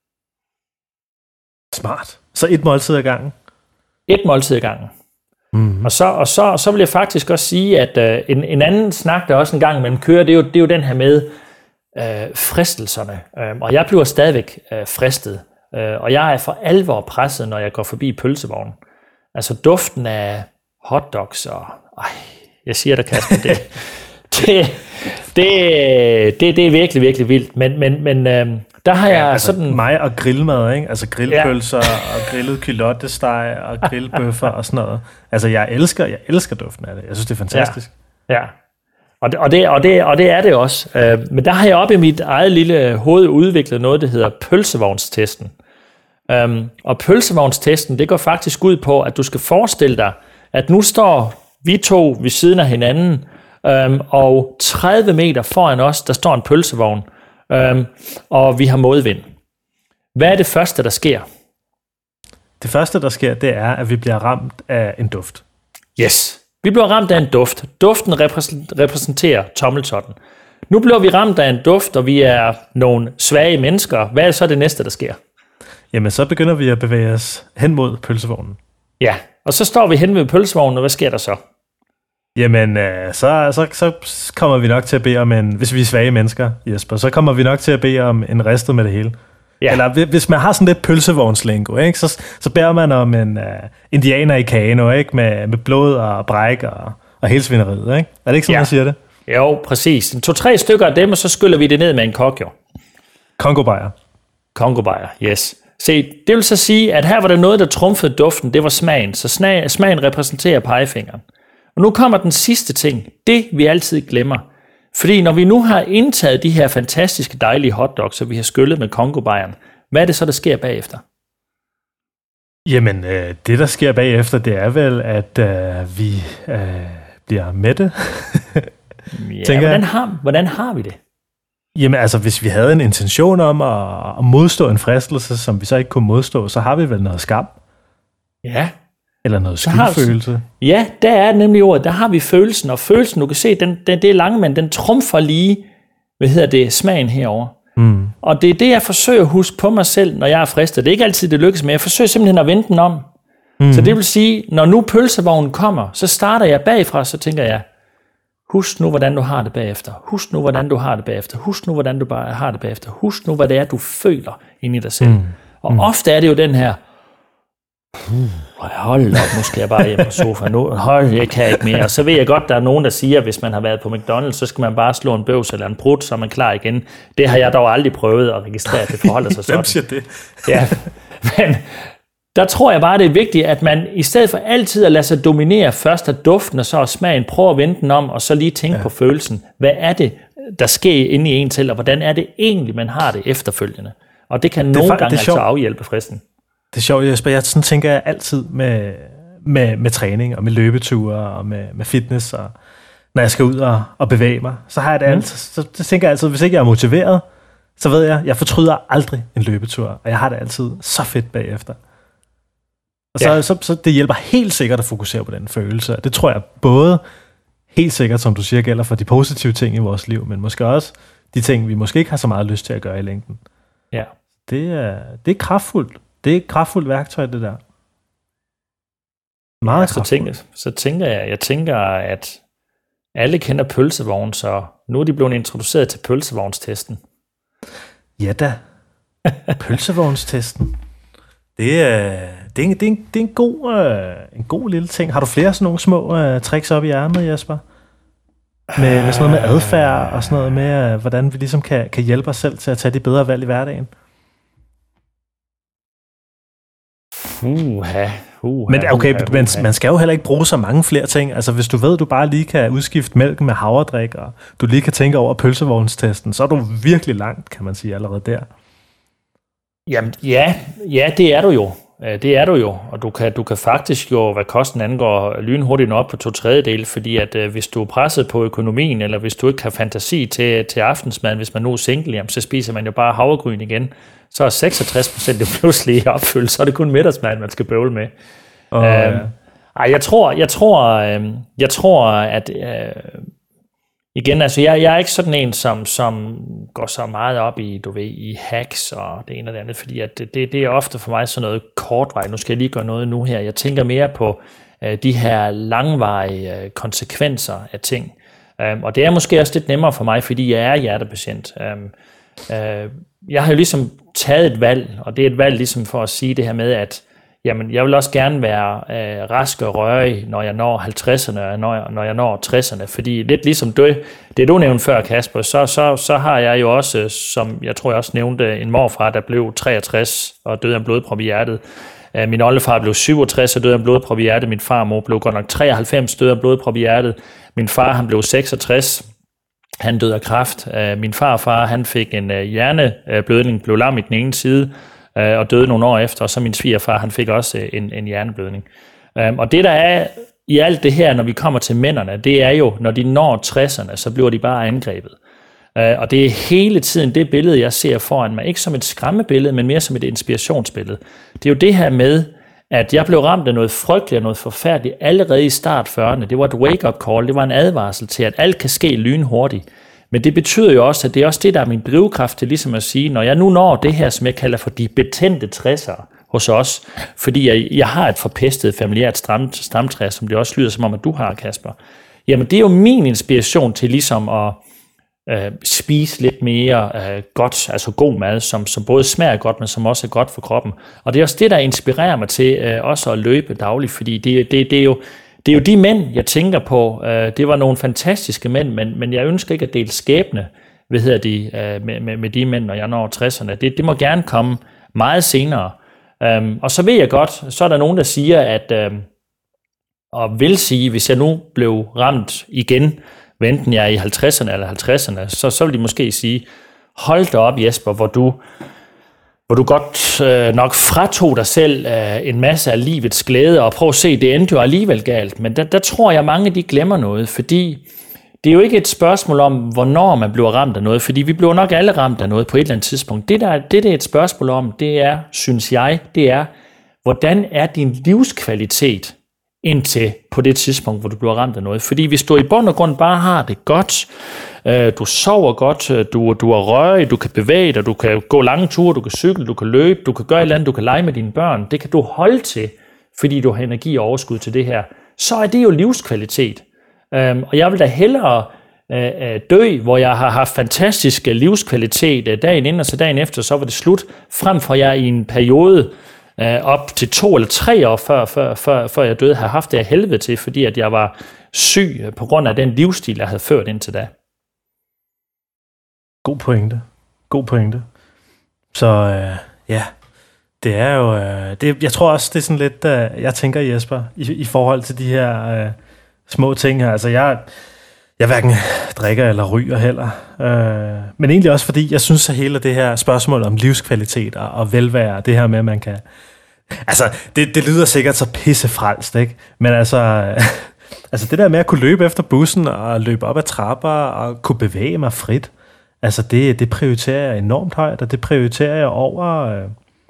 Smart. Så et måltid ad gangen? Et måltid ad gangen. Mm-hmm. Og, så, og, så, og så vil jeg faktisk også sige, at uh, en, en anden snak, der også en gang mellem kører, det er jo, det er jo den her med, Øh, fristelserne, øh, og jeg bliver stadigvæk øh, fristet, øh, og jeg er for alvor presset, når jeg går forbi pølsevognen. Altså duften af hotdogs, og ej, jeg siger dig, Kasper, det, det, det, det, det er virkelig, virkelig vildt, men, men, men øh, der har jeg ja, altså sådan... Mig og grillmad, ikke? Altså grillpølser ja. Og grillet kylottesteg og grillbøffer og sådan noget. Altså jeg elsker, jeg elsker duften af det. Jeg synes, det er fantastisk. Ja, ja. Og det, og, det, og, det, og det er det også. Øh, men der har jeg op i mit eget lille hoved udviklet noget, der hedder pølsevognstesten. Um, og pølsevognstesten, det går faktisk ud på, at du skal forestille dig, at nu står vi to ved siden af hinanden, um, og tredive meter foran os, der står en pølsevogn, um, og vi har modvind. Hvad er det første, der sker? Det første, der sker, det er, at vi bliver ramt af en duft. Yes. Vi bliver ramt af en duft. Duften repræsenterer tommeltotten. Nu bliver vi ramt af en duft, og vi er nogle svage mennesker. Hvad er så det næste, der sker? Jamen, så begynder vi at bevæge os hen mod pølsevognen. Ja, og så står vi hen ved pølsevognen, og hvad sker der så? Jamen, øh, så, så, så kommer vi nok til at bede om en, hvis vi er svage mennesker, Jesper, så kommer vi nok til at bede om en ristet med det hele. Ja. Eller hvis man har sådan lidt pølsevognslingo, ikke, så, så beder man om en uh, indianer i kano, ikke, med, med blod og bræk og, og hele svineriet, ikke? Er det ikke sådan, ja. Man siger det? Jo, præcis. To-tre stykker af dem, og så skyller vi det ned med en kok, jo. Kongobajer. Kongobajer, yes. Se, det vil så sige, at her var der noget, der trumfede duften, det var smagen, så smagen repræsenterer pegefingeren. Og nu kommer den sidste ting, det vi altid glemmer. Fordi når vi nu har indtaget de her fantastiske, dejlige hotdogs, så vi har skyllet med kongobajeren, hvad er det så, der sker bagefter? Jamen, øh, det der sker bagefter, det er vel, at øh, vi øh, bliver mætte. Ja, hvordan har, hvordan har vi det? Jamen, altså, hvis vi havde en intention om at, at modstå en fristelse, som vi så ikke kunne modstå, så har vi vel noget skam. Ja. Eller noget skyldfølelse. Ja, der er nemlig ordet. Der har vi følelsen, og følelsen, du kan se, den, den, det er lange, men den trumfer lige, hvad hedder det, smagen herover. Mm. Og det er det, jeg forsøger at huske på mig selv, når jeg er fristet. Det er ikke altid, det lykkes, men jeg forsøger simpelthen at vende den om. Mm. Så det vil sige, når nu pølsevognen kommer, så starter jeg bagfra, så tænker jeg, husk nu, hvordan du har det bagefter. Husk nu, hvordan du har det bagefter. Husk nu, hvordan du bare har det bagefter. Husk nu, hvad det er, du føler inde i dig selv. Mm. Og mm. ofte er det jo den her, hold op, nu skal jeg bare hjem på sofaen. Nu, hold, jeg kan ikke mere. Og så ved jeg godt, der er nogen, der siger, at hvis man har været på McDonald's, så skal man bare slå en bøvs eller en brud, så er man klar igen. Det har jeg dog aldrig prøvet at registrere, at det forholder sig sådan. Hvem siger det? Ja, men der tror jeg bare, det er vigtigt, at man i stedet for altid at lade sig dominere først af duften og så af smagen, prøver at vende den om, og så lige tænke ja. på følelsen. Hvad er det, der sker inde i en selv, og hvordan er det egentlig, man har det efterfølgende? Og det kan det nogle gange altså afhjælpe fristen. Det er sjovt, Jesper. Jeg sådan tænker jeg altid med, med, med træning og med løbeture og med, med fitness, og når jeg skal ud og, og bevæge mig, så har jeg det mm. altid, så det tænker jeg altid, hvis ikke jeg er motiveret, så ved jeg, jeg fortryder aldrig en løbetur, og jeg har det altid så fedt bagefter. Og så, ja. så, så det hjælper helt sikkert at fokusere på den følelse, og det tror jeg både helt sikkert, som du siger, gælder for de positive ting i vores liv, men måske også de ting, vi måske ikke har så meget lyst til at gøre i længden. Ja. Det er, det er kraftfuldt. Det er et kraftfuldt værktøj, det der. Meget ja, så, tænker, så tænker jeg, jeg tænker, at alle kender pølsevogn, så nu er de blevet introduceret til pølsevognstesten. Ja da. Pølsevognstesten. Det er, det er, en, det er, en, det er en, god, uh, en god lille ting. Har du flere sådan nogle små uh, tricks op i ærmet, Jesper? Med, med sådan noget med adfærd og sådan noget med, uh, hvordan vi ligesom kan, kan hjælpe os selv til at tage de bedre valg i hverdagen? Uha, uha, men okay, uha, uha. Men man skal jo heller ikke bruge så mange flere ting. Altså hvis du ved, du bare lige kan udskifte mælken med havredrik, og du lige kan tænke over pølsevognstesten, så er du virkelig langt, kan man sige, allerede der. Jamen ja, ja, det er du jo. Det er du jo, og du kan, du kan faktisk jo, hvad kosten angår, lynhurtigt op på to tredjedel, fordi at øh, hvis du er presset på økonomien, eller hvis du ikke har fantasi til, til aftensmaden, hvis man nu er single, jamen, så spiser man jo bare havregryn igen. Så er seksogtres procent jo pludselig opfyldt, så er det kun middagsmaden, man skal bøvle med. Oh, øhm, ja. Ej, jeg tror, jeg tror, øh, jeg tror, at øh, igen, altså jeg, jeg er ikke sådan en, som, som går så meget op i, du ved, i hacks og det ene og det andet, fordi at det, det, det er ofte for mig sådan noget kortvej. Nu skal jeg lige gøre noget nu her. Jeg tænker mere på øh, de her langvarige øh, konsekvenser af ting. Um, og det er måske også lidt nemmere for mig, fordi jeg er hjertepatient. Um, uh, jeg har jo ligesom taget et valg, og det er et valg ligesom for at sige det her med, at jamen, jeg vil også gerne være øh, rask og rørig, når jeg når halvtredserne, og når jeg, når jeg når tresserne. Fordi lidt ligesom det, det du nævnte før, Kasper, så, så, så har jeg jo også, som jeg tror jeg også nævnte, en morfar, der blev treogtres og døde af en blodprop i hjertet. Øh, min oldefar blev syvogtres og døde af en blodprop i hjertet. Min farmor blev godt nok treoghalvfems døde af en blodprop i hjertet. Min far, han blev seksogtres. Han døde af kræft. Øh, min farfar, han fik en øh, hjerneblødning, blev lam i den ene side, og døde nogle år efter, og så min svigerfar, han fik også en, en hjerneblødning. Um, og det der er i alt det her, når vi kommer til mændene, det er jo, når de når tresserne, så bliver de bare angrebet. Uh, og det er hele tiden det billede, jeg ser foran mig, ikke som et skræmmebillede, men mere som et inspirationsbillede. Det er jo det her med, at jeg blev ramt af noget frygteligt og noget forfærdeligt allerede i start fyrrerne. Det var et wake-up call, det var en advarsel til, at alt kan ske lynhurtigt. Men det betyder jo også, at det er også det, der er min drivkraft til ligesom at sige, når jeg nu når det her, som jeg kalder for de betændte tressere hos os, fordi jeg, jeg har et forpestet familiært stam, stamtræ, som det også lyder som om, at du har, Kasper, jamen det er jo min inspiration til ligesom at øh, spise lidt mere øh, godt, altså god mad, som, som både smager godt, men som også er godt for kroppen. Og det er også det, der inspirerer mig til øh, også at løbe dagligt, fordi det, det, det, er jo, det er jo de mænd, jeg tænker på. Øh, det var nogle fantastiske mænd, men, men jeg ønsker ikke at dele skæbne hvad hedder de, øh, med, med, med de mænd, når jeg når tresserne. Det, det må gerne komme meget senere. Um, og så ved jeg godt, så er der nogen, der siger, at um, og vil sige, hvis jeg nu blev ramt igen, enten jeg er i halvtredserne eller halvtredserne, så, så vil de måske sige, hold da op Jesper, hvor du, hvor du godt øh, nok fratog dig selv øh, en masse af livets glæde, og prøv at se, det endte jo alligevel galt. Men der, der tror jeg, mange de glemmer noget, fordi det er jo ikke et spørgsmål om, hvornår man bliver ramt af noget, fordi vi bliver nok alle ramt af noget på et eller andet tidspunkt. Det, der, det, der er et spørgsmål om, det er, synes jeg, det er, hvordan er din livskvalitet indtil på det tidspunkt, hvor du bliver ramt af noget. Fordi hvis du i bund og grund bare har det godt, øh, du sover godt, du, du er rørig, du kan bevæge dig, du kan gå lange ture, du kan cykle, du kan løbe, du kan gøre et eller andet, du kan lege med dine børn, det kan du holde til, fordi du har energi og overskud til det her, så er det jo livskvalitet. Um, og jeg vil da hellere uh, dø, hvor jeg har haft fantastisk livskvalitet uh, dagen inden, og så dagen efter, så var det slut, frem for jeg i en periode uh, op til to eller tre år før, før, før, før jeg døde, har haft det af helvede til, fordi at jeg var syg uh, på grund af den livsstil, jeg havde ført indtil da. God pointe. God pointe. Så uh, ja, det er jo, uh, det, jeg tror også, det er sådan lidt, uh, jeg tænker Jesper, i, i forhold til de her uh, små ting her. Altså jeg, jeg hverken drikker eller ryger heller. Øh, men egentlig også fordi, jeg synes at hele det her spørgsmål om livskvalitet og, og velvære, det her med, at man kan... Altså, det, det lyder sikkert så pissefrelst, ikke? Men altså, altså det der med at kunne løbe efter bussen og løbe op ad trapper og kunne bevæge mig frit, altså det, det prioriterer jeg enormt højt, og det prioriterer jeg over øh,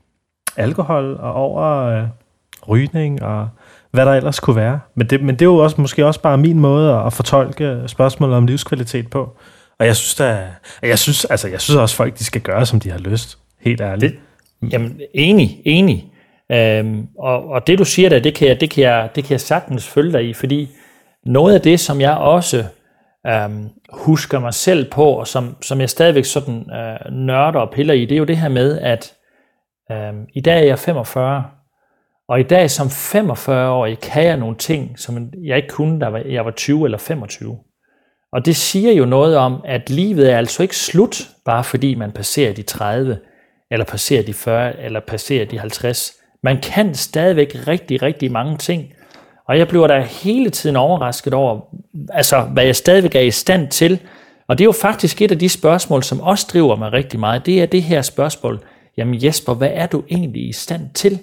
alkohol og over øh, rygning og hvad der ellers kunne være. Men det, men det er jo også, måske også bare min måde at fortolke spørgsmålet om livskvalitet på. Og jeg synes, da, jeg synes, altså, jeg synes også, folk de skal gøre, som de har lyst. Helt ærligt. Det, jamen, enig, enig. Øhm, og, og det, du siger der, det kan, jeg, det, kan jeg, det kan jeg sagtens følge dig i, fordi noget af det, som jeg også øhm, husker mig selv på, og som, som jeg stadigvæk sådan øh, nørder og piller i, det er jo det her med, at øhm, i dag er jeg femogfyrre, og i dag som femogfyrre-årig kan jeg nogle ting, som jeg ikke kunne, da jeg var tyve eller femogtyve. Og det siger jo noget om, at livet er altså ikke slut, bare fordi man passerer de tredive, eller passerer de fyrre, eller passerer de halvtreds. Man kan stadigvæk rigtig, rigtig mange ting. Og jeg bliver da hele tiden overrasket over, altså hvad jeg stadigvæk er i stand til. Og det er jo faktisk et af de spørgsmål, som også driver mig rigtig meget. Det er det her spørgsmål, jamen Jesper, hvad er du egentlig i stand til?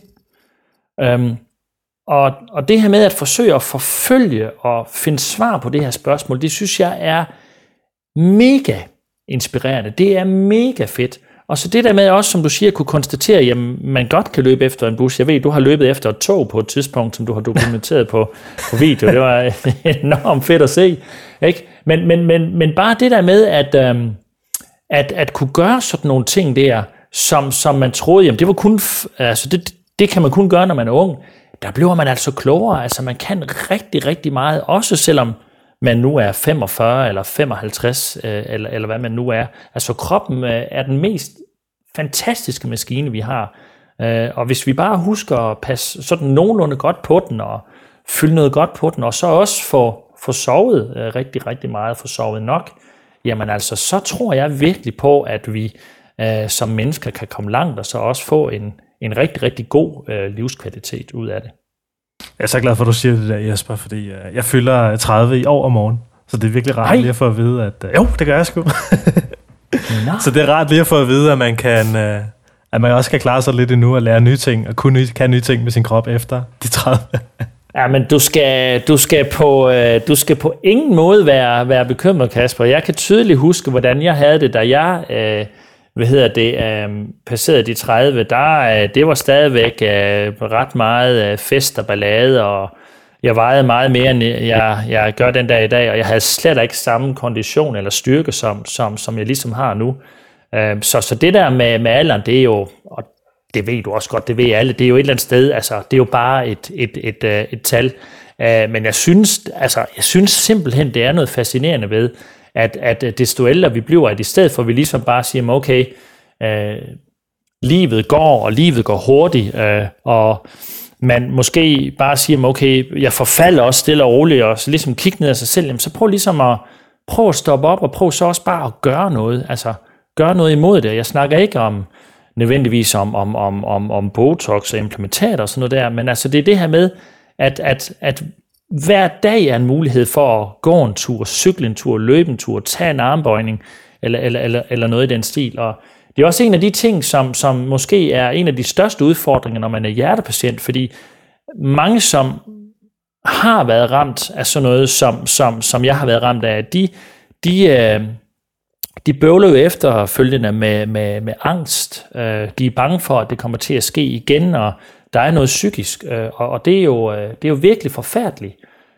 Øhm, og, og det her med at forsøge at forfølge og finde svar på det her spørgsmål, det synes jeg er mega inspirerende. Det er mega fedt. Og så det der med også, som du siger, kunne konstatere, at man godt kan løbe efter en bus. Jeg ved, du har løbet efter et tog på et tidspunkt, som du har dokumenteret på, på video. Det var enormt fedt at se. Ikke? Men, men, men, men bare det der med, at, øhm, at, at kunne gøre sådan nogle ting der, som, som man troede, jamen det var kun, altså det, det kan man kun gøre, når man er ung. Der bliver man altså klogere. Altså man kan rigtig, rigtig meget, også selvom man nu er femogfyrre eller femoghalvtreds, øh, eller, eller hvad man nu er. Altså kroppen øh, er den mest fantastiske maskine, vi har. Øh, og hvis vi bare husker at passe sådan nogenlunde godt på den, og fylde noget godt på den, og så også få, få sovet øh, rigtig, rigtig meget, få sovet nok, jamen altså, så tror jeg virkelig på, at vi øh, som mennesker kan komme langt, og så også få en, en rigtig, rigtig god øh, livskvalitet ud af det. Jeg er så glad for, at du siger det der, Jesper, fordi uh, jeg fylder tredive i år om morgen. Så det er virkelig rart Ej. lige at få at vide, at... Uh, jo, det gør jeg sgu. Så det er rart lige at få at vide, at man kan, uh, at man også kan klare sig lidt endnu og lære nye ting, og kunne kan nye ting med sin krop efter de tredive. Ja, men du skal, du skal, på, uh, du skal på ingen måde være, være bekymret, Kasper. Jeg kan tydeligt huske, hvordan jeg havde det, da jeg... Uh, hvad hedder det, øh, passerede de tredive, der, øh, det var stadigvæk øh, ret meget øh, fest og ballade, og jeg vejede meget mere, end jeg, jeg gør den dag i dag, og jeg havde slet ikke samme kondition eller styrke, som, som, som jeg ligesom har nu. Øh, så, så det der med, med alderen, det er jo, og det ved du også godt, det ved alle, det er jo et eller andet sted, altså det er jo bare et, et, et, et, et tal. Uh, men jeg synes, altså, jeg synes simpelthen, det er noget fascinerende ved, at, at desto ældre vi bliver, at i stedet for, at vi ligesom bare siger, okay, uh, livet går, og livet går hurtigt, uh, og man måske bare siger, okay, jeg forfalder også stille og roligt, og så ligesom kigge ned af sig selv, jamen, så prøv ligesom at, prøv at stoppe op, og prøv så også bare at gøre noget, altså gøre noget imod det. Jeg snakker ikke om nødvendigvis om, om, om, om, om Botox og implantater og sådan noget der, men altså det er det her med, at, at, at hver dag er en mulighed for at gå en tur, cykle en tur, løbe en tur, tage en armbøjning, eller, eller, eller, eller noget i den stil. Og det er også en af de ting, som, som måske er en af de største udfordringer, når man er hjertepatient, fordi mange, som har været ramt af sådan noget, som, som, som jeg har været ramt af, de, de, de bøvler jo efterfølgende med, med, med angst. De er bange for, at det kommer til at ske igen, og der er noget psykisk, og det er jo, det er jo virkelig forfærdeligt.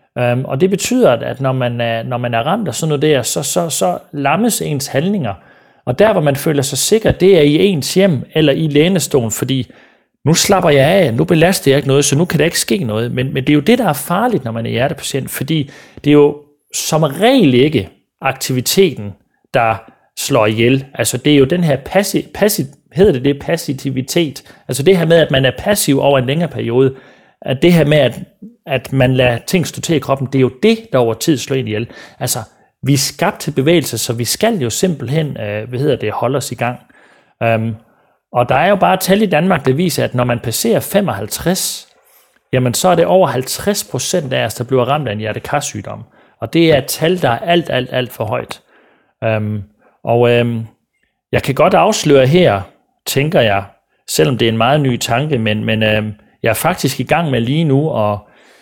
Og det betyder, at når man er, når man er ramt af sådan noget der, så, så, så lammes ens handlinger. Og der, hvor man føler sig sikker, det er i ens hjem eller i lænestolen, fordi nu slapper jeg af, nu belaster jeg ikke noget, så nu kan der ikke ske noget. Men, men det er jo det, der er farligt, når man er hjertepatient, fordi det er jo som regel ikke aktiviteten, der slår ihjel. Altså det er jo den her passiv, passiv hedder det det, passivitet. Altså det her med, at man er passiv over en længere periode, at det her med, at, at man lader ting stå til i kroppen, det er jo det, der over tid slår ind ihjel. Altså vi er skabt til bevægelse, så vi skal jo simpelthen, øh, hvad hedder det, holde os i gang. Um, og der er jo bare et tal i Danmark, der viser, at når man passerer femoghalvtreds, jamen så er det over halvtreds procent af os, der bliver ramt af en hjertekarsygdom. Og det er et tal, der er alt, alt, alt for højt. Um, og um, jeg kan godt afsløre her, tænker jeg, selvom det er en meget ny tanke, men, men um, jeg er faktisk i gang med lige nu at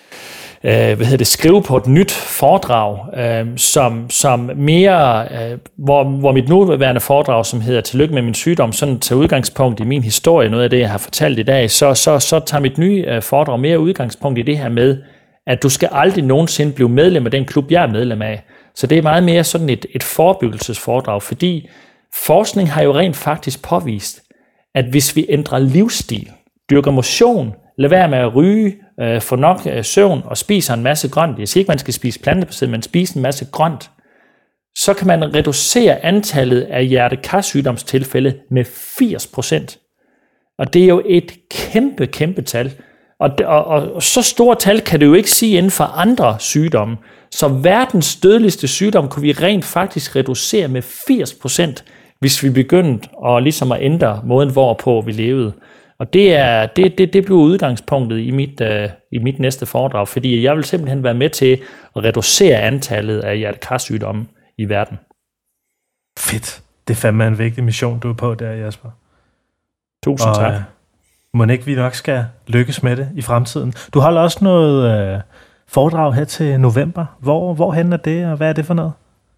uh, hvad hedder det, skrive på et nyt foredrag, uh, som, som mere, uh, hvor, hvor mit nuværende foredrag, som hedder Tillykke med min sygdom, sådan tager udgangspunkt i min historie, noget af det, jeg har fortalt i dag, så, så, så tager mit nye uh, foredrag mere udgangspunkt i det her med, at du skal aldrig nogensinde blive medlem af den klub, jeg er medlem af. Så det er meget mere sådan et, et forebyggelsesforedrag, fordi forskning har jo rent faktisk påvist, at hvis vi ændrer livsstil, dyrker motion, lader være med at ryge, øh, får nok øh, søvn og spiser en masse grønt, jeg siger ikke, man skal spise plantebaseret, men spise en masse grønt, så kan man reducere antallet af hjertekarsygdomstilfælde med firs procent. Og det er jo et kæmpe, kæmpe tal. Og, og, og så store tal kan du jo ikke sige inden for andre sygdomme. Så verdens dødeligste sygdom kunne vi rent faktisk reducere med firs procent, hvis vi begyndte at, ligesom at ændre måden, hvorpå vi levede. Og det, er, det, det, det bliver udgangspunktet i mit, uh, i mit næste foredrag, fordi jeg vil simpelthen være med til at reducere antallet af hjertekarsygdomme i verden. Fedt. Det er fandme en vigtig mission, du er på der, Jesper. Tusind og, tak. Øh, må ikke vi nok skal lykkes med det i fremtiden. Du holder også noget øh, foredrag her til november. Hvor, hvorhen er det, og hvad er det for noget?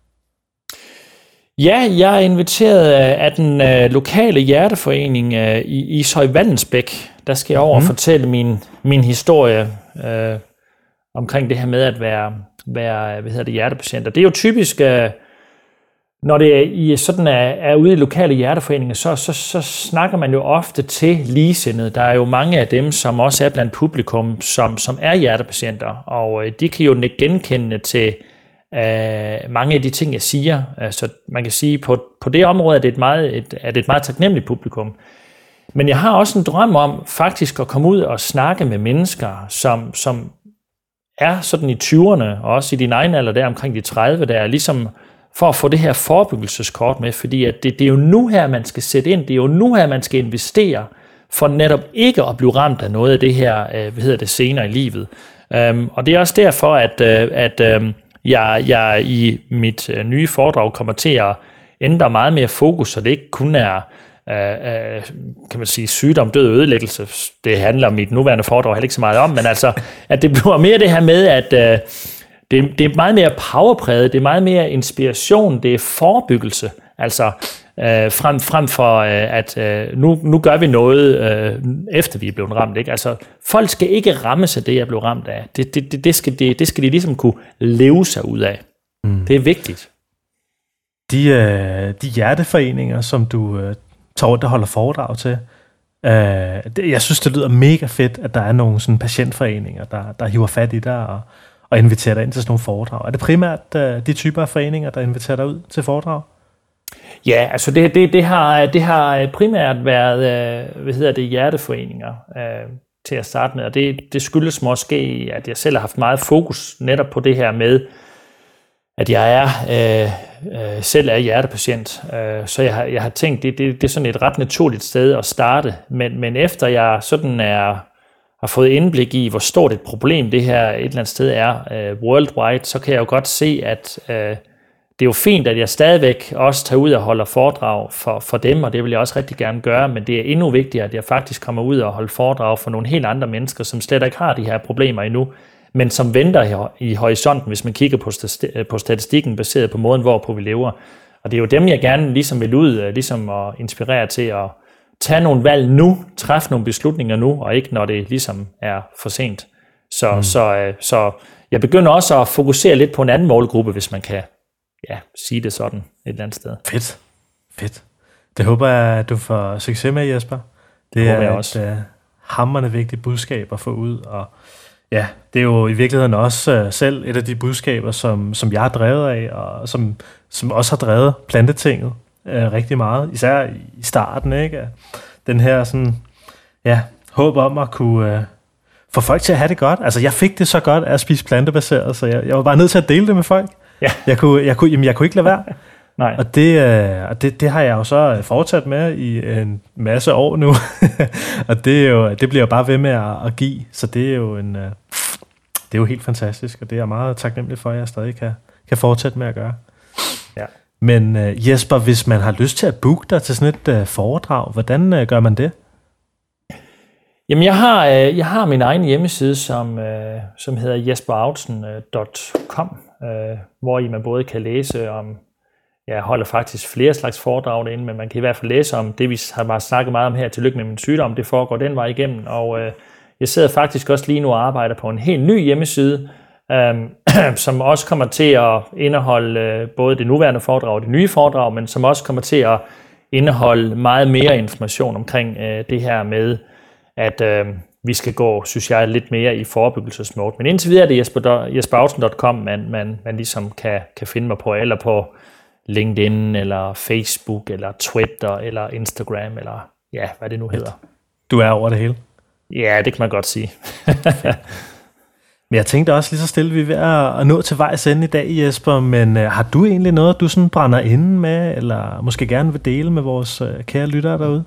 Ja, jeg er inviteret af den øh, lokale hjerteforening øh, i Ishøj Vallensbæk. Der skal jeg over og mm. fortælle min, min historie øh, omkring det her med at være, være hvad hedder det, hjertepatienter. Det er jo typisk, øh, når det er, i, sådan er, er ude i lokale hjerteforeninger, så, så, så snakker man jo ofte til ligesindede. Der er jo mange af dem, som også er blandt publikum, som, som er hjertepatienter, og øh, de kan jo genkende til Uh, mange af de ting, jeg siger. Uh, så man kan sige, på, på det område er det, et meget, et, er det et meget taknemmeligt publikum. Men jeg har også en drøm om faktisk at komme ud og snakke med mennesker, som, som er sådan i tyverne, og også i din egen alder der omkring de tredive, der er ligesom for at få det her forebyggelseskort med, fordi at det, det er jo nu her, man skal sætte ind, det er jo nu her, man skal investere, for netop ikke at blive ramt af noget af det her, uh, hvad hedder det, senere i livet. Um, og det er også derfor, at, uh, at uh, Jeg, jeg i mit øh, nye foredrag kommer til at ændre meget mere fokus, så det ikke kun er øh, øh, kan man sige, sygdom, død og ødelæggelse. Det handler om mit nuværende foredrag heller ikke så meget om, men altså, at det bliver mere det her med, at øh, det, det er meget mere powerpræget, det er meget mere inspiration, det er forebyggelse, altså øh, frem, frem for, øh, at øh, nu, nu gør vi noget, øh, efter vi er blevet ramt. Ikke? Altså, folk skal ikke rammes af det, jeg blev ramt af. Det, det, det, det, skal, det, det skal de ligesom kunne leve sig ud af. Mm. Det er vigtigt. De, øh, de hjerteforeninger, som du øh, tager rundt og holder foredrag til, Øh, det, jeg synes, det lyder mega fedt, at der er nogle sådan patientforeninger, der, der hiver fat i dig og, og inviterer dig ind til sådan nogle foredrag. Er det primært uh, de typer af foreninger, der inviterer dig ud til foredrag? Ja, altså det, det, det, har, det har primært været, øh, hvad hedder det, hjerteforeninger øh, til at starte med, og det, det skyldes måske, at jeg selv har haft meget fokus netop på det her med, at jeg er øh, øh, selv er hjertepatient, øh, så jeg har, jeg har tænkt, det, det, det er sådan et ret naturligt sted at starte, men, men efter jeg sådan er, har fået indblik i, hvor stort et problem det her et eller andet sted er øh, worldwide, så kan jeg jo godt se, at øh, det er jo fint, at jeg stadigvæk også tager ud og holder foredrag for, for dem, og det vil jeg også rigtig gerne gøre, men det er endnu vigtigere, at jeg faktisk kommer ud og holder foredrag for nogle helt andre mennesker, som slet ikke har de her problemer endnu, men som venter i horisonten, hvis man kigger på, st- på statistikken baseret på måden, hvorpå vi lever. Og det er jo dem, jeg gerne ligesom vil ud, ligesom at inspirere til at tage nogle valg nu, træffe nogle beslutninger nu, og ikke når det ligesom er for sent. Så, mm. så, så jeg begynder også at fokusere lidt på en anden målgruppe, hvis man kan ja, sige det sådan et eller andet sted. Fedt. Fedt. Det håber jeg, at du får succes med, Jesper. Det, det er også. et uh, hamrende vigtigt budskab at få ud, og ja, det er jo i virkeligheden også uh, selv et af de budskaber, som, som jeg har drevet af, og som, som også har drevet Plantetinget uh, rigtig meget, især i starten, ikke? Den her sådan, ja, håb om at kunne uh, få folk til at have det godt. Altså, jeg fik det så godt af at spise plantebaseret, så jeg, jeg var bare nødt til at dele det med folk. Ja. Jeg, kunne, jeg, kunne, jamen, jeg kunne ikke lade være. Nej. Og, det, øh, og det, det har jeg jo så fortsat med i en masse år nu. Og det, er jo, det bliver jo bare ved med at, at give. Så det er jo en, øh, det er jo helt fantastisk, og det er jeg meget taknemmelig for, at jeg stadig kan, kan fortsætte med at gøre. Ja. Men øh, Jesper, hvis man har lyst til at booke dig til sådan et øh, foredrag, hvordan øh, gør man det? Jamen, jeg har, øh, jeg har min egen hjemmeside, som, øh, som hedder jesper audsen punktum com, øh, hvor I man både kan læse om, jeg holder faktisk flere slags foredrag derinde, men man kan i hvert fald læse om det, vi har bare snakket meget om her, tillykke med min sygdom, det foregår den vej igennem, og øh, jeg sidder faktisk også lige nu og arbejder på en helt ny hjemmeside, øh, som også kommer til at indeholde øh, både det nuværende foredrag og det nye foredrag, men som også kommer til at indeholde meget mere information omkring øh, det her med, at øh, vi skal gå, synes jeg, lidt mere i forebyggelsesmode. Men indtil videre er det jesper audsen punktum com, man, man, man ligesom kan, kan finde mig på, eller på LinkedIn, eller Facebook, eller Twitter, eller Instagram, eller ja, hvad det nu hedder. Du er over det hele? Ja, det kan man godt sige. Men jeg tænkte også lige så stille, vi er ved at nå til vejs ende i dag, Jesper, men uh, har du egentlig noget, du sådan brænder inde med, eller måske gerne vil dele med vores uh, kære lyttere derude?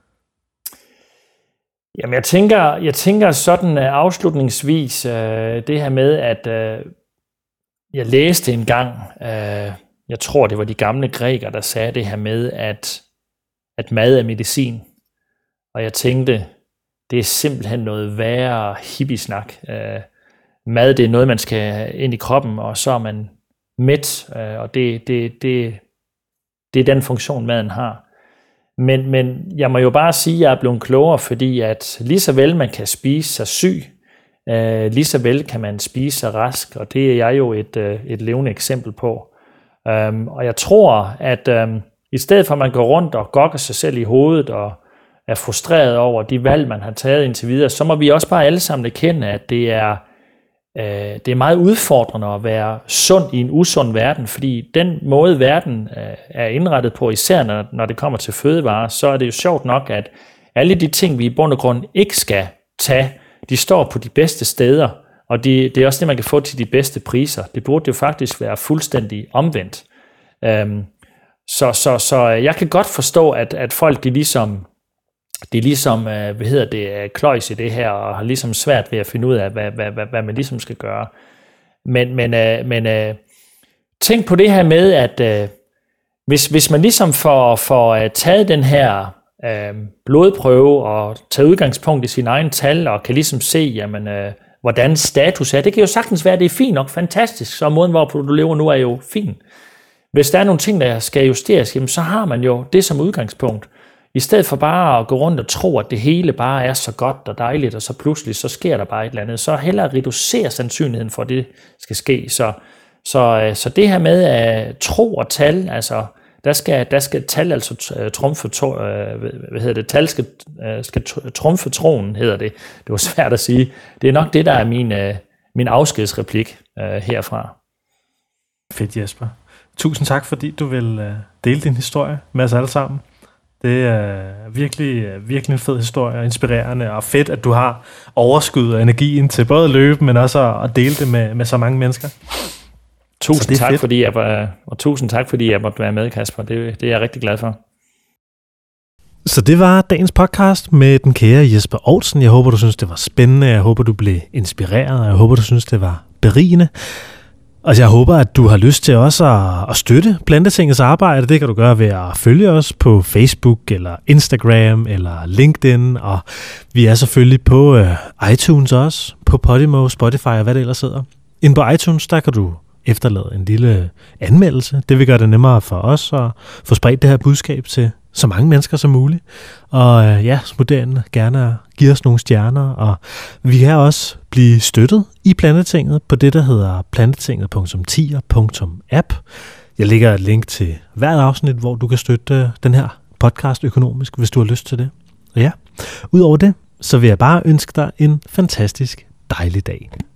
Jamen, jeg tænker, jeg tænker sådan uh, afslutningsvis uh, det her med, at uh, jeg læste engang, uh, jeg tror det var de gamle grækere, der sagde det her med, at, at mad er medicin. Og jeg tænkte, det er simpelthen noget værre hippiesnak. Uh, mad, det er noget, man skal ind i kroppen, og så er man mæt, uh, og det, det, det, det er den funktion, maden har. Men, men jeg må jo bare sige, at jeg er blevet klogere, fordi at lige så vel man kan spise sig syg, øh, lige så vel kan man spise sig rask, og det er jeg jo et, øh, et levende eksempel på. Um, og jeg tror, at um, i stedet for at man går rundt og gokker sig selv i hovedet og er frustreret over de valg, man har taget indtil videre, så må vi også bare alle sammen erkende, at det er, øh, det er meget udfordrende at være sund i en usund verden, fordi den måde, verden øh, er indrettet på, især når, når det kommer til fødevarer, så er det jo sjovt nok, at alle de ting, vi i bund og grund ikke skal tage, de står på de bedste steder, og de, det er også det, man kan få til de bedste priser. Det burde jo faktisk være fuldstændig omvendt. Um, så, så, så jeg kan godt forstå, at, at folk de ligesom, de ligesom hvad hedder det, kløjs i det her, og har ligesom svært ved at finde ud af, hvad, hvad, hvad, hvad man ligesom skal gøre. Men, men, men tænk på det her med, at hvis, hvis man ligesom får, får taget den her øh, blodprøve og taget udgangspunkt i sine egne tal, og kan ligesom se, jamen, øh, hvordan status er. Det kan jo sagtens være, at det er fint nok, fantastisk, så måden, hvorpå du lever nu, er jo fin. Hvis der er nogle ting, der skal justeres, jamen, så har man jo det som udgangspunkt. I stedet for bare at gå rundt og tro, at det hele bare er så godt og dejligt, og så pludselig, så sker der bare et eller andet, så hellere reducere sandsynligheden for, at det skal ske. Så, så, så det her med at tro og tal, altså der skal, der skal tal altså trumfe, hvad hedder det, tal skal, skal trumfe tronen, hedder det. Det var svært at sige. Det er nok det, der er min, min afskedsreplik herfra. Fedt, Jesper. Tusind tak, fordi du vil dele din historie med os alle sammen. Det er virkelig, virkelig en fed historie, og og fedt, at du har overskud og energien til både at løbe, men også at dele det med, med så mange mennesker. Tusind tak, fordi jeg var, og tusind tak, fordi jeg måtte være med, Kasper. Det, det er jeg rigtig glad for. Så det var dagens podcast med den kære Jesper Oudsen. Jeg håber, du synes, det var spændende. Jeg håber, du blev inspireret, og jeg håber, du synes, det var berigende. Og jeg håber, at du har lyst til også at, at støtte Plantetingets arbejde. Det kan du gøre ved at følge os på Facebook, eller Instagram, eller LinkedIn. Og vi er selvfølgelig på uh, iTunes også, på Podimo, Spotify og hvad det ellers hedder. Inde på iTunes, der kan du efterlade en lille anmeldelse. Det vil gøre det nemmere for os at få spredt det her budskab til så mange mennesker som muligt. Og øh, ja, studerende gerne give os nogle stjerner, og vi kan også blive støttet i Plantetinget på det, der hedder plantetinget punktum tier punktum app. Jeg lægger et link til hvert afsnit, hvor du kan støtte den her podcast økonomisk, hvis du har lyst til det. Og ja, udover det, så vil jeg bare ønske dig en fantastisk dejlig dag.